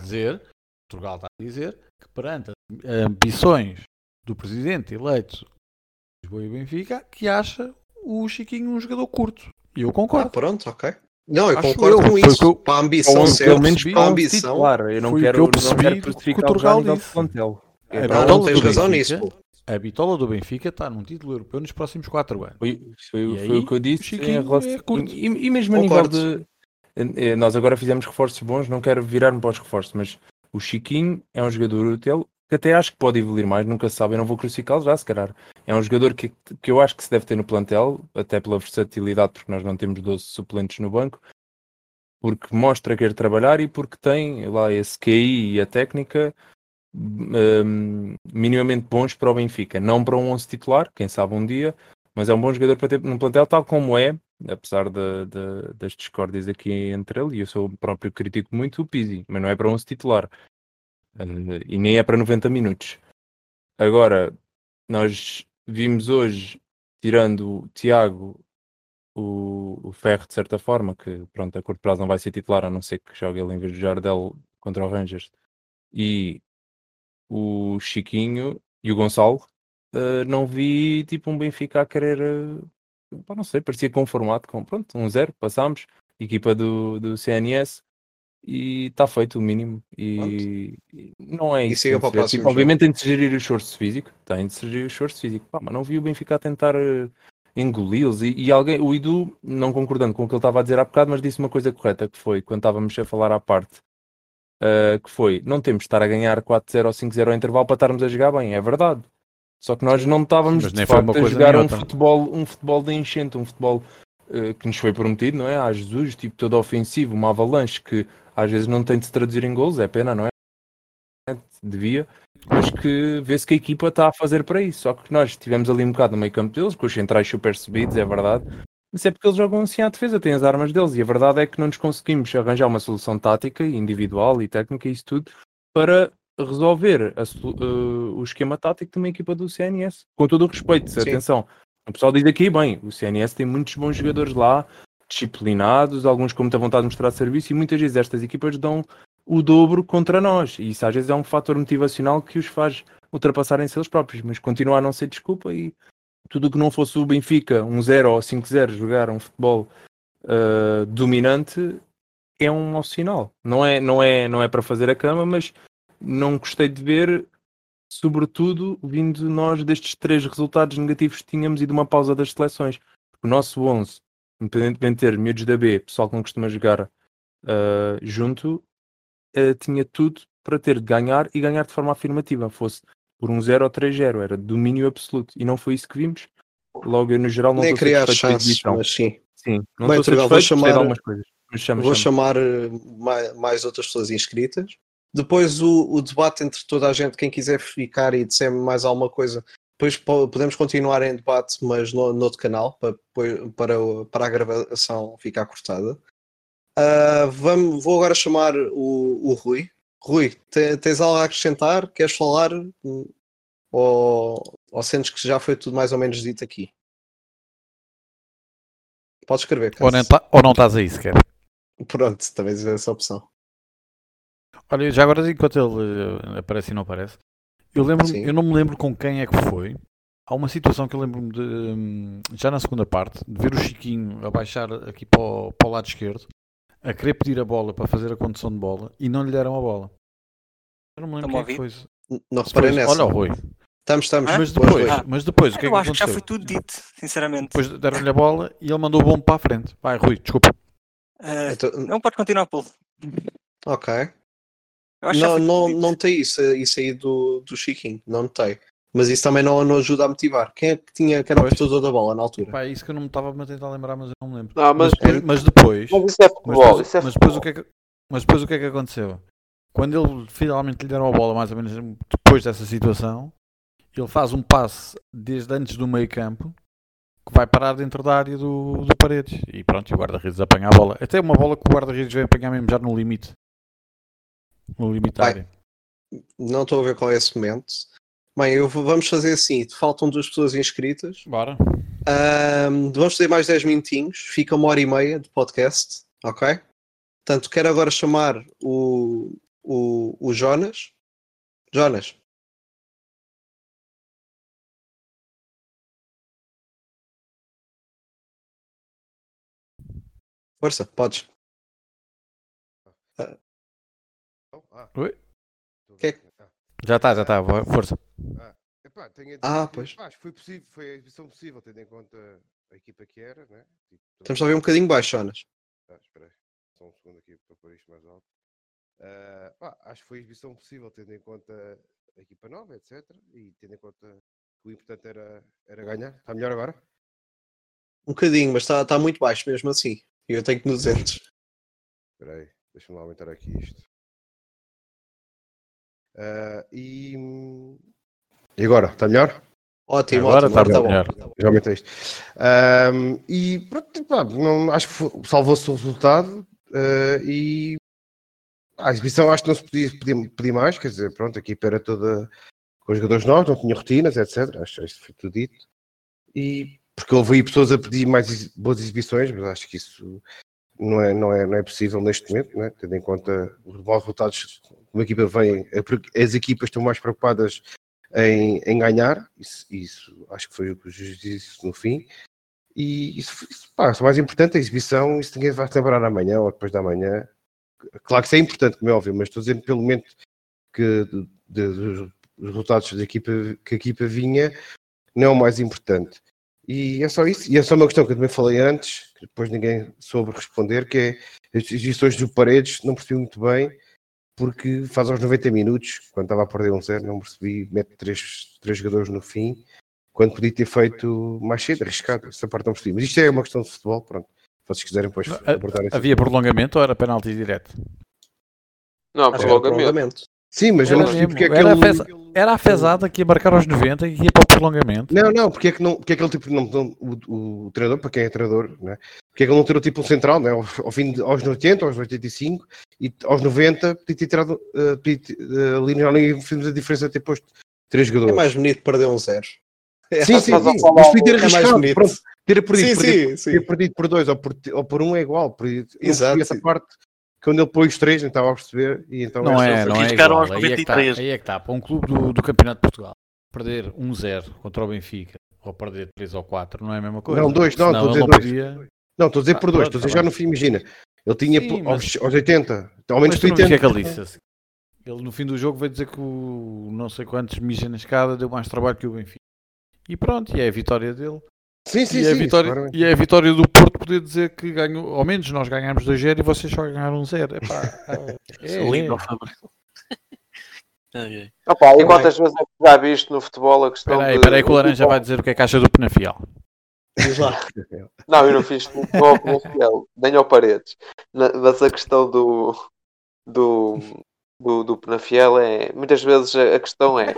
a dizer que perante as ambições do presidente eleito de Lisboa e Benfica, que acha o Chiquinho um jogador curto. E eu concordo. Pronto, ok. Não, eu concordo com isso. Para a ambição, pelo menos para a ambição. Claro, eu não quero crucificar o Turgal de plantel. Não tens razão nisso. A bitola do Benfica está num título europeu nos próximos 4 anos. Foi o que eu disse. E mesmo a nível de... Nós agora fizemos reforços bons, não quero virar-me para os reforços, mas o Chiquinho é um jogador útil que até acho que pode evoluir mais, nunca se sabe, eu não vou crucificá-lo já, se calhar. É um jogador que eu acho que se deve ter no plantel, até pela versatilidade, porque nós não temos 12 suplentes no banco, porque mostra querer trabalhar e porque tem lá esse QI e a técnica minimamente bons para o Benfica. Não para um 11 titular, quem sabe um dia, mas é um bom jogador para ter no plantel, tal como é, apesar das discórdias aqui entre ele, e eu sou o próprio crítico muito o Pizzi, mas não é para 11 titular. E nem é para 90 minutos. Agora, nós vimos hoje, tirando o Tiago, o Ferro, de certa forma, que pronto, a curto prazo não vai ser titular, a não ser que jogue ele em vez do Jardel contra o Rangers, e o Chiquinho e o Gonçalo, não vi tipo um Benfica a querer, não sei, parecia conformado com, pronto, 1-0, passámos, equipa do CNS, e está feito o mínimo, e não é isso. Tipo, obviamente tem de se gerir o esforço físico, mas não vi o Benfica a tentar engoli-los, e alguém, o Edu, não concordando com o que ele estava a dizer há bocado, mas disse uma coisa correta, que foi, quando estávamos a falar à parte, que foi, não temos de estar a ganhar 4-0 ou 5-0 ao intervalo para estarmos a jogar bem, é verdade. Só que nós não estávamos de facto a jogar um futebol de enchente, um futebol que nos foi prometido, não é? A Jesus, tipo todo ofensivo, uma avalanche que às vezes não tem de se traduzir em golos, é pena, não é? Devia, mas que vê-se que a equipa está a fazer para isso. Só que nós estivemos ali um bocado no meio campo deles, com os centrais super subidos, é verdade. Mas é porque eles jogam assim à defesa, têm as armas deles, e a verdade é que não nos conseguimos arranjar uma solução tática, individual e técnica e isso tudo, para resolver o esquema tático de uma equipa do CNS. Com todo o respeito, atenção. O pessoal diz aqui, bem, o CNS tem muitos bons jogadores lá, disciplinados, alguns com muita vontade de mostrar serviço, e muitas vezes estas equipas dão o dobro contra nós, e isso às vezes é um fator motivacional que os faz ultrapassarem-se eles próprios, mas continua a não ser desculpa, e tudo o que não fosse o Benfica 1-0 ou 5-0 jogar um futebol dominante é um mau sinal. Não é para fazer a cama, mas não gostei de ver, sobretudo vindo nós destes 3 resultados negativos que tínhamos e de uma pausa das seleções. O nosso 11, independentemente de ter miúdos da B, pessoal que não costuma jogar junto, tinha tudo para ter de ganhar e ganhar de forma afirmativa, fosse por 1-0 ou 3-0, era domínio absoluto, e não foi isso que vimos. Logo, eu no geral não estou satisfeito com a exibição. Mas sim. Não estou satisfeito, gostei de algumas coisas. Vou chamar mais outras pessoas inscritas. Depois o debate entre toda a gente, quem quiser ficar e disser mais alguma coisa, depois podemos continuar em debate, mas no outro canal, para a gravação ficar cortada. Vou agora chamar o Rui. Rui, tens algo a acrescentar? Queres falar? Ou sentes que já foi tudo mais ou menos dito aqui? Podes escrever, ou não estás aí sequer. Pronto, também é essa opção. Olha, já agora enquanto ele aparece e não aparece, eu não me lembro com quem é que foi. Há uma situação que eu lembro-me de, já na segunda parte, de ver o Chiquinho a baixar aqui para o lado esquerdo, a querer pedir a bola para fazer a condução de bola, e não lhe deram a bola. Eu não me lembro quem é que foi. Não reparei nessa. Olha o Rui. Estamos. Mas depois o que é que aconteceu? Eu acho que já foi tudo dito, sinceramente. Depois deram-lhe a bola e ele mandou o bombo para a frente. Vai, Rui, desculpa. Não pode continuar, Paulo. Ok. Não tem isso aí do Chiquinho. Não tem. Mas isso também não ajuda a motivar. Quem é que era o portador da bola na altura? Pá, isso que eu não me estava a tentar lembrar, mas eu não me lembro. Não, mas depois... Mas isso é futebol. Mas depois o que é que aconteceu? Quando ele finalmente lhe deram a bola, mais ou menos depois dessa situação, ele faz um passe desde antes do meio campo que vai parar dentro da área do Paredes. E pronto, e o guarda-redes apanha a bola. Até uma bola que o guarda-redes vem apanhar mesmo já no limite. No limite da área. Não estou a ver qual é esse momento. Bem, vamos fazer assim. Faltam 2 pessoas inscritas. Bora. Vamos ter mais 10 minutinhos. Fica 1h30 de podcast. Ok? Portanto, quero agora chamar o Jonas. Jonas. Força, podes. Oi? Que... Já está. Força. Epá, pois. Acho que foi a exibição possível, tendo em conta a equipa que era, né? Estamos a ver um bocadinho baixo, Jonas. Espera aí, só um segundo aqui para pôr isto mais alto. Acho que foi a exibição possível, tendo em conta a equipa nova, etc. E tendo em conta que o importante era ganhar. Está melhor agora? Um bocadinho, mas está muito baixo mesmo assim. E eu tenho que 200. Espera aí, deixa-me lá aumentar aqui isto. E agora? Está melhor? Ótimo, agora ótimo. está Agora melhor. Já aumentei isto. E pronto, não, acho que salvou-se o resultado. E a exibição acho que não se podia pedir mais. Quer dizer, pronto, a equipa era toda com jogadores novos, não tinha rotinas, etc. Acho que isto foi tudo dito. E porque houve aí pessoas a pedir mais boas exibições, mas acho que isso não é possível neste momento, né? Tendo em conta os bons resultados como a equipa vem, as equipas estão mais preocupadas em ganhar, isso acho que foi o que o juiz disse no fim, e isso o mais importante, a exibição, isso ninguém vai se lembrar amanhã ou depois da manhã. Claro que isso é importante, como é óbvio, mas estou dizendo pelo momento que dos resultados que a equipa vinha, não é o mais importante. E é só isso, e é só uma questão que eu também falei antes, que depois ninguém soube responder, que é as exibições do Paredes, não percebi muito bem, porque faz aos 90 minutos, quando estava a perder 1-0, não percebi, mete três jogadores no fim, quando podia ter feito mais cedo, arriscado, essa parte não percebi. Mas isto é uma questão de futebol, pronto, se vocês quiserem depois abordar isso. Havia prolongamento ou era penalti direto? Não, prolongamento. Sim, mas eu não percebi porque é que era a fezada que ia marcar aos 90 e ia para o prolongamento. Não, porque é que ele tipo, o treinador, para quem é treinador, né? Porque é que ele não tirou tipo um central, né? Aos 80, aos 85 e aos 90 podia ter tirado ali na linha, fizemos a diferença de ter posto 3 jogadores. É mais bonito perder 1-0. Sim, mas podia ter arriscado, pronto, ter perdido por 2 ou por 1 é igual. Exato. Essa parte, quando ele pôs os 3, não estava a perceber. E então não é igual. Aos 93. Aí é que está. Para um clube do Campeonato de Portugal, perder 1-0 contra o Benfica ou perder 3 ou 4 não é a mesma coisa. Não, 2, não, estou a dizer 2. Não, estou a dizer por 2, estou a dizer já no fim, imagina. Ele tinha aos 80, ao menos 80. O que é que ele disse? Ele no fim do jogo veio dizer que o não sei quantos mija na escada deu mais trabalho que o Benfica. E pronto, e é a vitória dele. Sim, e é a vitória do Porto poder dizer que ganhou, ao menos nós ganhámos 2-0 e vocês só ganharam 0. Lindo, Fabrício. E quantas vezes é que já viste no futebol a questão Espera aí que o Laranja vai dizer o que é que acha do Penafiel. Diz lá. Não, eu não fiz futebol Penafiel, nem ao Paredes. Mas a questão do Penafiel é... Muitas vezes a questão é...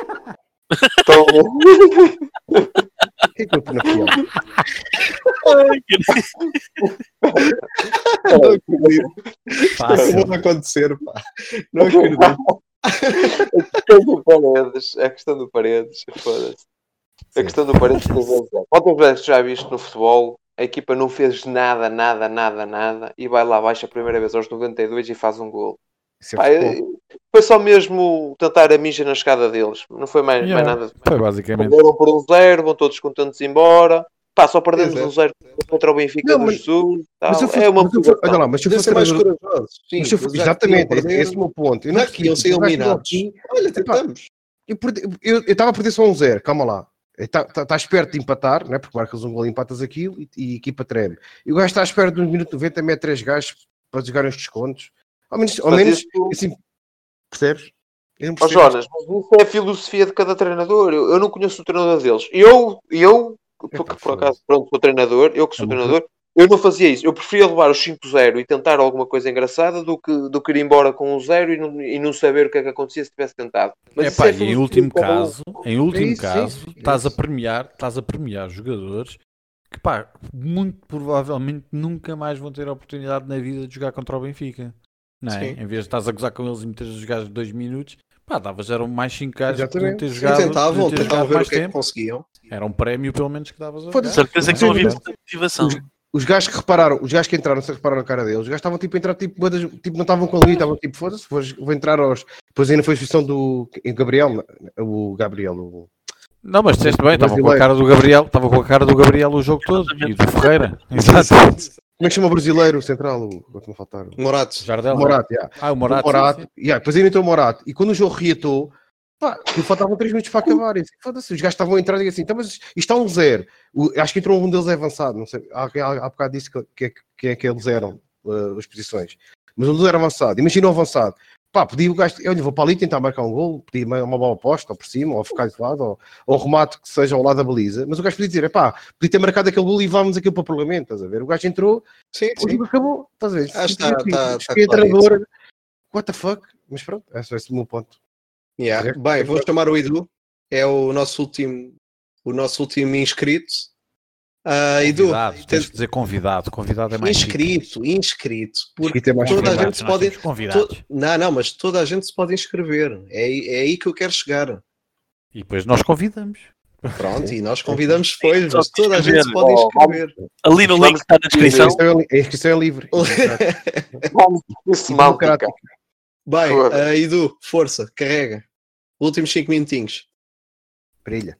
O que é o Penafiel? Não acredito. Não vai acontecer, pá. Não acredito. A questão do Paredes, foda-se. A questão do Paredes, quantas vezes já viste no futebol, a equipa não fez nada, e vai lá abaixo a primeira vez aos 92 e faz um gol. Foi só mesmo tentar a mija na escada deles, não foi mais nada. Foi basicamente. Perderam por 1-0, vão todos contentes embora. Só perdemos 1-0 contra o Benfica do Sul. É uma olha lá, mas se eu fosse mais corajoso. Exatamente, esse é o meu ponto. Eu não iam ser eliminados. Olha, tentamos. Eu estava a perder só 1-0, calma lá. Está esperto de empatar, né? Porque marcas um gol e empatas aquilo e a equipa treme. E o gajo está à espera de 1 minuto 90, mete 3 gajos para jogar uns descontos. Ao menos assim, percebes? Eu não Ó percebo Jonas, mas isso é a filosofia de cada treinador. Eu não conheço o treinador deles. Que por acaso, pronto, sou treinador, eu que sou treinador, eu não fazia isso. Eu preferia levar os 5-0 e tentar alguma coisa engraçada do que ir embora com um 0 e não saber o que é que acontecia se tivesse tentado. Mas isso é a E em filosofia último de cada um. caso, sim, estás a premiar jogadores que, pá, muito provavelmente nunca mais vão ter a oportunidade na vida de jogar contra o Benfica. Não é? Sim. Em vez de estás a gozar com eles e meteres a jogar 2 minutos, pá, davas, eram mais 5 gajos que podiam Exatamente. ter Sim, jogado, Tentavam ver mais o que é que tempo. conseguiam. Era um prémio pelo menos que davas a Foda-se. jogar. Certeza que não havia essa motivação. Os gajos que repararam, os gajos que entraram, se repararam na cara deles, os gajos estavam tipo a entrar, tipo, não estavam com ali, estavam tipo, foda-se, vou entrar aos. Depois ainda foi a exposição do Gabriel. Não, mas disseste bem, estava com a brasileiro. cara do Gabriel o jogo todo e do Ferreira. Exato. Como é que chama o brasileiro, o central? Vou-te-me faltar. Morato. Jardel. O Morato, yeah. O Morato. O Morato. Sim. Yeah, depois ainda entrou o Morato. E quando o jogo reatou, pá, faltavam 3 minutos para acabar. Foda-se, os gajos estavam a entrar e assim, então, mas isto está um 0. Acho que entrou um deles avançado, não sei. Há bocado disse que eles eram as posições. Mas um deles era avançado. Imagina o avançado. Pá, podia o gajo, eu vou para ali tentar marcar um gol, podia uma bola posta, ou por cima, ou ficar de lado, ou remate que seja ao lado da baliza, mas o gajo podia dizer, pá, podia ter marcado aquele gol e levámos aquilo para o Parlamento, estás a ver? O gajo entrou, o jogo acabou, estás a ver? Acho que está treinador, what the fuck? Mas pronto, esse é o meu ponto. Yeah. Bem, vou chamar o Edu, é o nosso último inscrito. Edu, tens de dizer convidado é mais inscrito, porque é mais toda a gente se pode mas toda a gente se pode inscrever, é aí que eu quero chegar. E depois nós convidamos. Pronto, e nós convidamos depois, mas toda a gente se pode inscrever. Ali no link que está na descrição. A inscrição é livre. Bem, Edu, força, carrega. Últimos 5 minutinhos. Brilha.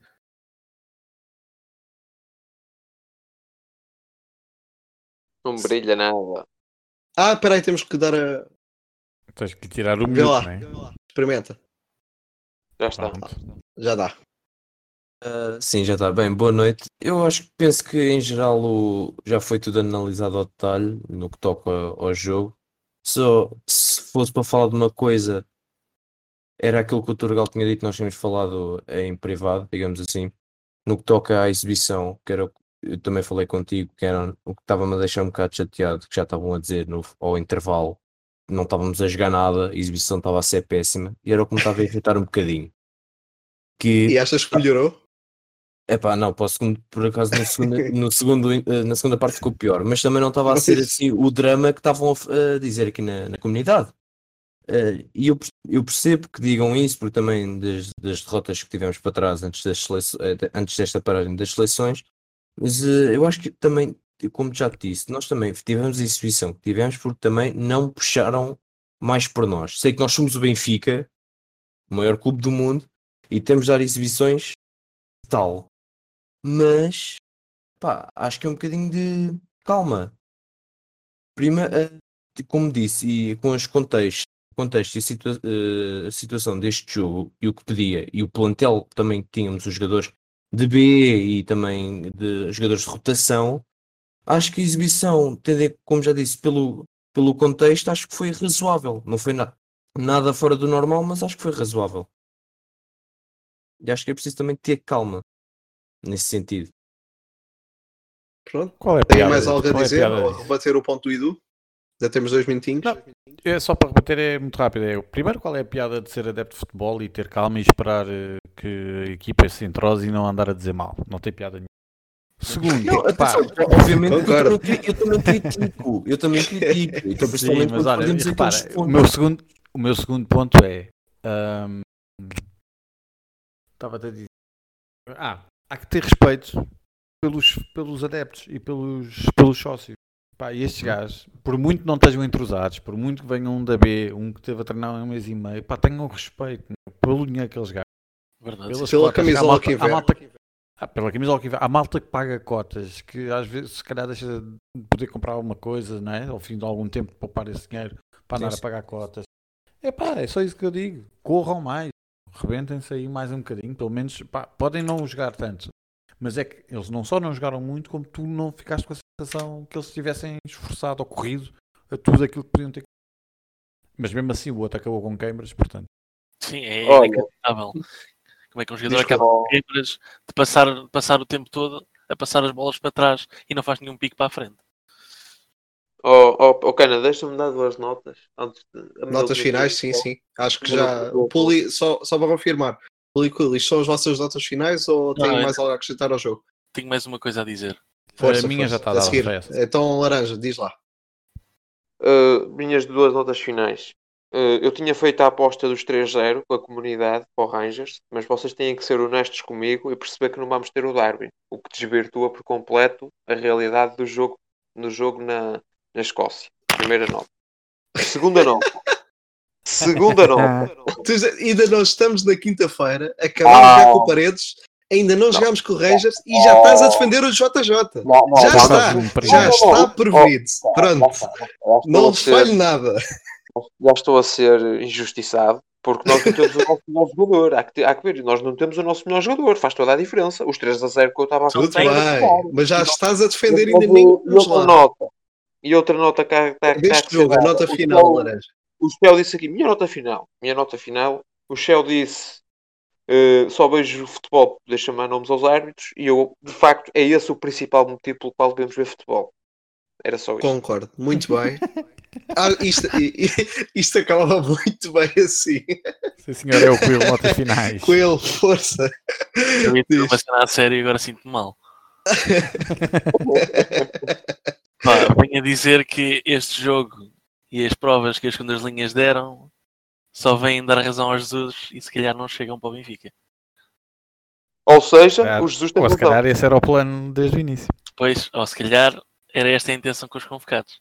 Não brilha nada. Espera aí, temos que dar a... Tens que tirar o Vê lá, minuto, não é? experimenta. Já está. Já dá. Sim, já está. Bem, boa noite. Penso que em geral já foi tudo analisado ao detalhe no que toca ao jogo. Só se fosse para falar de uma coisa, era aquilo que o Turgal tinha dito, nós tínhamos falado em privado, digamos assim, no que toca à exibição, que era, eu também falei contigo, que era o que estava-me a deixar um bocado chateado, que já estavam a dizer ao intervalo, não estávamos a jogar nada, a exibição estava a ser péssima, e era o que me estava a irritar um bocadinho. E achas que melhorou? Epá, não, por acaso na segunda parte ficou pior, mas também não estava a ser assim o drama que estavam a dizer aqui na comunidade. E eu percebo que digam isso, porque também das derrotas que tivemos para trás antes desta paragem das seleções, mas eu acho que também, como já te disse, nós também tivemos a exibição que tivemos porque também não puxaram mais por nós. Sei que nós somos o Benfica, o maior clube do mundo, e temos de dar exibições tal. Mas, pá, acho que é um bocadinho de calma. Primeiro, como disse, e com os contexto e a situação deste jogo e o que pedia, e o plantel também que tínhamos, os jogadores de B e também de jogadores de rotação, acho que a exibição, como já disse, pelo contexto, acho que foi razoável. Não foi nada fora do normal, mas acho que foi razoável. E acho que é preciso também ter calma nesse sentido. Pronto. Qual é a Tem piada? mais algo a Qual é a dizer? piada Ou disso? rebater o ponto do Edu? Já temos 2 minutinhos. Não. É só para rebater, é muito rápido. Primeiro, qual é a piada de ser adepto de futebol e ter calma e esperar que a equipa se entrose e não andar a dizer mal? Não tem piada nenhuma. Segundo, Não, pá, obviamente Concordo. eu também critico. Então, sim, principalmente mas quando olha, perdemos repara, aqueles o meu segundo ponto é estava-te a dizer há que ter respeito pelos adeptos e pelos sócios. Pá, e estes gajos, por muito que não estejam entrosados, por muito que venham um da B, um que esteve a treinar um mês e meio, pá, tenham respeito pelo dinheiro que eles gastam. Verdade. Pelas Pela cotas, camisola que tiver. pela camisola que tiver. Há malta que paga cotas, que às vezes se calhar deixa de poder comprar alguma coisa, não é? Ao fim de algum tempo de poupar esse dinheiro para andar a pagar cotas. É só isso que eu digo. Corram mais, rebentem-se aí mais um bocadinho, pelo menos, pá, podem não jogar tanto. Mas é que eles não só não jogaram muito, como tu não ficaste com a sensação que eles tivessem esforçado ou corrido a tudo aquilo que podiam ter. Mas mesmo assim o outro acabou com queimbras, portanto. Sim, é Olha. inacreditável. Como é que um jogador Diz que- acaba com quebras de passar o tempo todo a passar as bolas para trás e não faz nenhum pique para a frente. Cana, deixa-me dar 2 notas. Antes de Notas finais, sim. Acho que já. O Puli, só para confirmar. Puli, isto são as vossas notas finais ou Não, tem eu- mais algo a acrescentar ao jogo? Tenho mais uma coisa a dizer. Força, A minha já força. está A dada, seguir. já é essa. Então, Laranja, diz lá. Minhas 2 notas finais. Eu tinha feito a aposta dos 3-0 com a comunidade para o Rangers, mas vocês têm que ser honestos comigo e perceber que não vamos ter o Darwin, o que desvirtua por completo a realidade do jogo no jogo na Escócia. Primeira nota. Segunda nota. Ainda não estamos na quinta-feira, acabamos já com o Paredes, ainda não jogámos com o Rangers e já estás a defender o JJ. Já está prevenido. Pronto. Não falhe nada. Já estou a ser injustiçado porque nós não temos o nosso melhor jogador. Há que ver, nós não temos o nosso melhor jogador. Faz toda a diferença. Os 3-0 que eu estava a Tudo falar. bem, mas já estás a defender ainda menos lá. E outra nota que está Deste jogo, a nota final, Laranja. O Shell disse aqui, minha nota final. O Shell disse, só vejo futebol para poder chamar nomes aos árbitros e eu, de facto, é esse o principal motivo pelo qual devemos ver futebol. Era só isto. Concordo, muito bem. Isto acabava muito bem assim. Sim, senhor, é o Coelho, notas finais. Coelho, força. Eu ia ter uma cena a sério e agora sinto-me mal. Pá, venho a dizer que este jogo e as provas que as segundas linhas deram só vêm dar razão ao Jesus e se calhar não chegam para o Benfica. Ou seja, o Jesus tem Ou se razão. calhar esse era o plano desde o início. Pois, ou se calhar era esta a intenção com os convocados.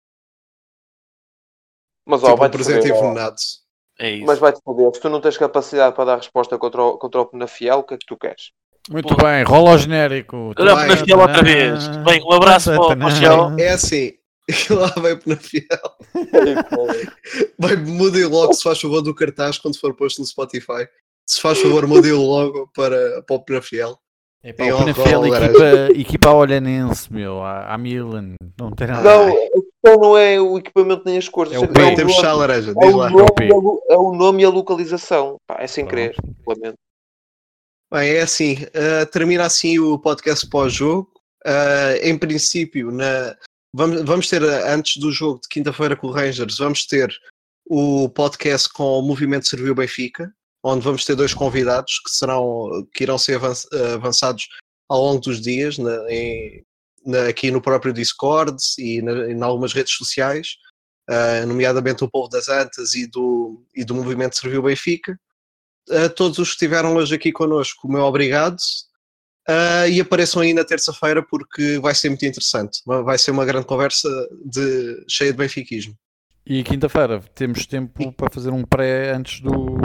Mas Tipo um vai-te presente foder, envenenado. É isso. Mas vai-te foder. Se tu não tens capacidade para dar resposta contra o Penafiel, o que é que tu queres? Muito Pô. bem, rola o genérico. Olha o Penafiel outra vez. Bem, um abraço para o Shell. É assim, lá vai para fiel. Mudem logo, se faz favor, do cartaz quando for posto no Spotify. Se faz favor, mudem logo para o Penafiel. É para o Penafiel, equipa olhanense, meu, a Milan. Não tem nada. Não, a questão não é o equipamento nem as cores. É o Bem, temos chá laranja, diz lá. É o nome e a localização. Pá, é sem querer, lamento. Bem, é assim, termina assim o podcast pós-jogo. Em princípio, vamos ter, antes do jogo de quinta-feira com o Rangers, vamos ter o podcast com o Movimento Serviu Benfica, onde vamos ter 2 convidados que irão ser avançados ao longo dos dias, aqui no próprio Discord e em algumas redes sociais, nomeadamente o Povo das Antas e do Movimento Serviu Benfica. Todos os que estiveram hoje aqui connosco, o meu obrigado, e apareçam aí na terça-feira porque vai ser muito interessante. Vai ser uma grande conversa cheia de benfiquismo. E quinta-feira temos tempo para fazer um pré antes do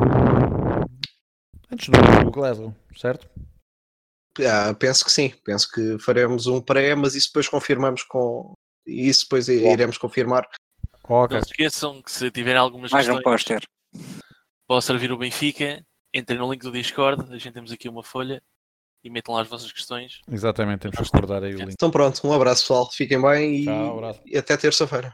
Glasgow, certo? Penso que sim, penso que faremos um pré, mas isso depois confirmamos isso depois iremos confirmar. Okay. Não se esqueçam que se tiverem algumas mais questões um póster para servir o Benfica, entrem no link do Discord, a gente temos aqui uma folha e metam lá as vossas questões. Exatamente, temos que acordar aí o link. Então pronto, um abraço pessoal, fiquem bem Tchau, abraço. e até terça-feira.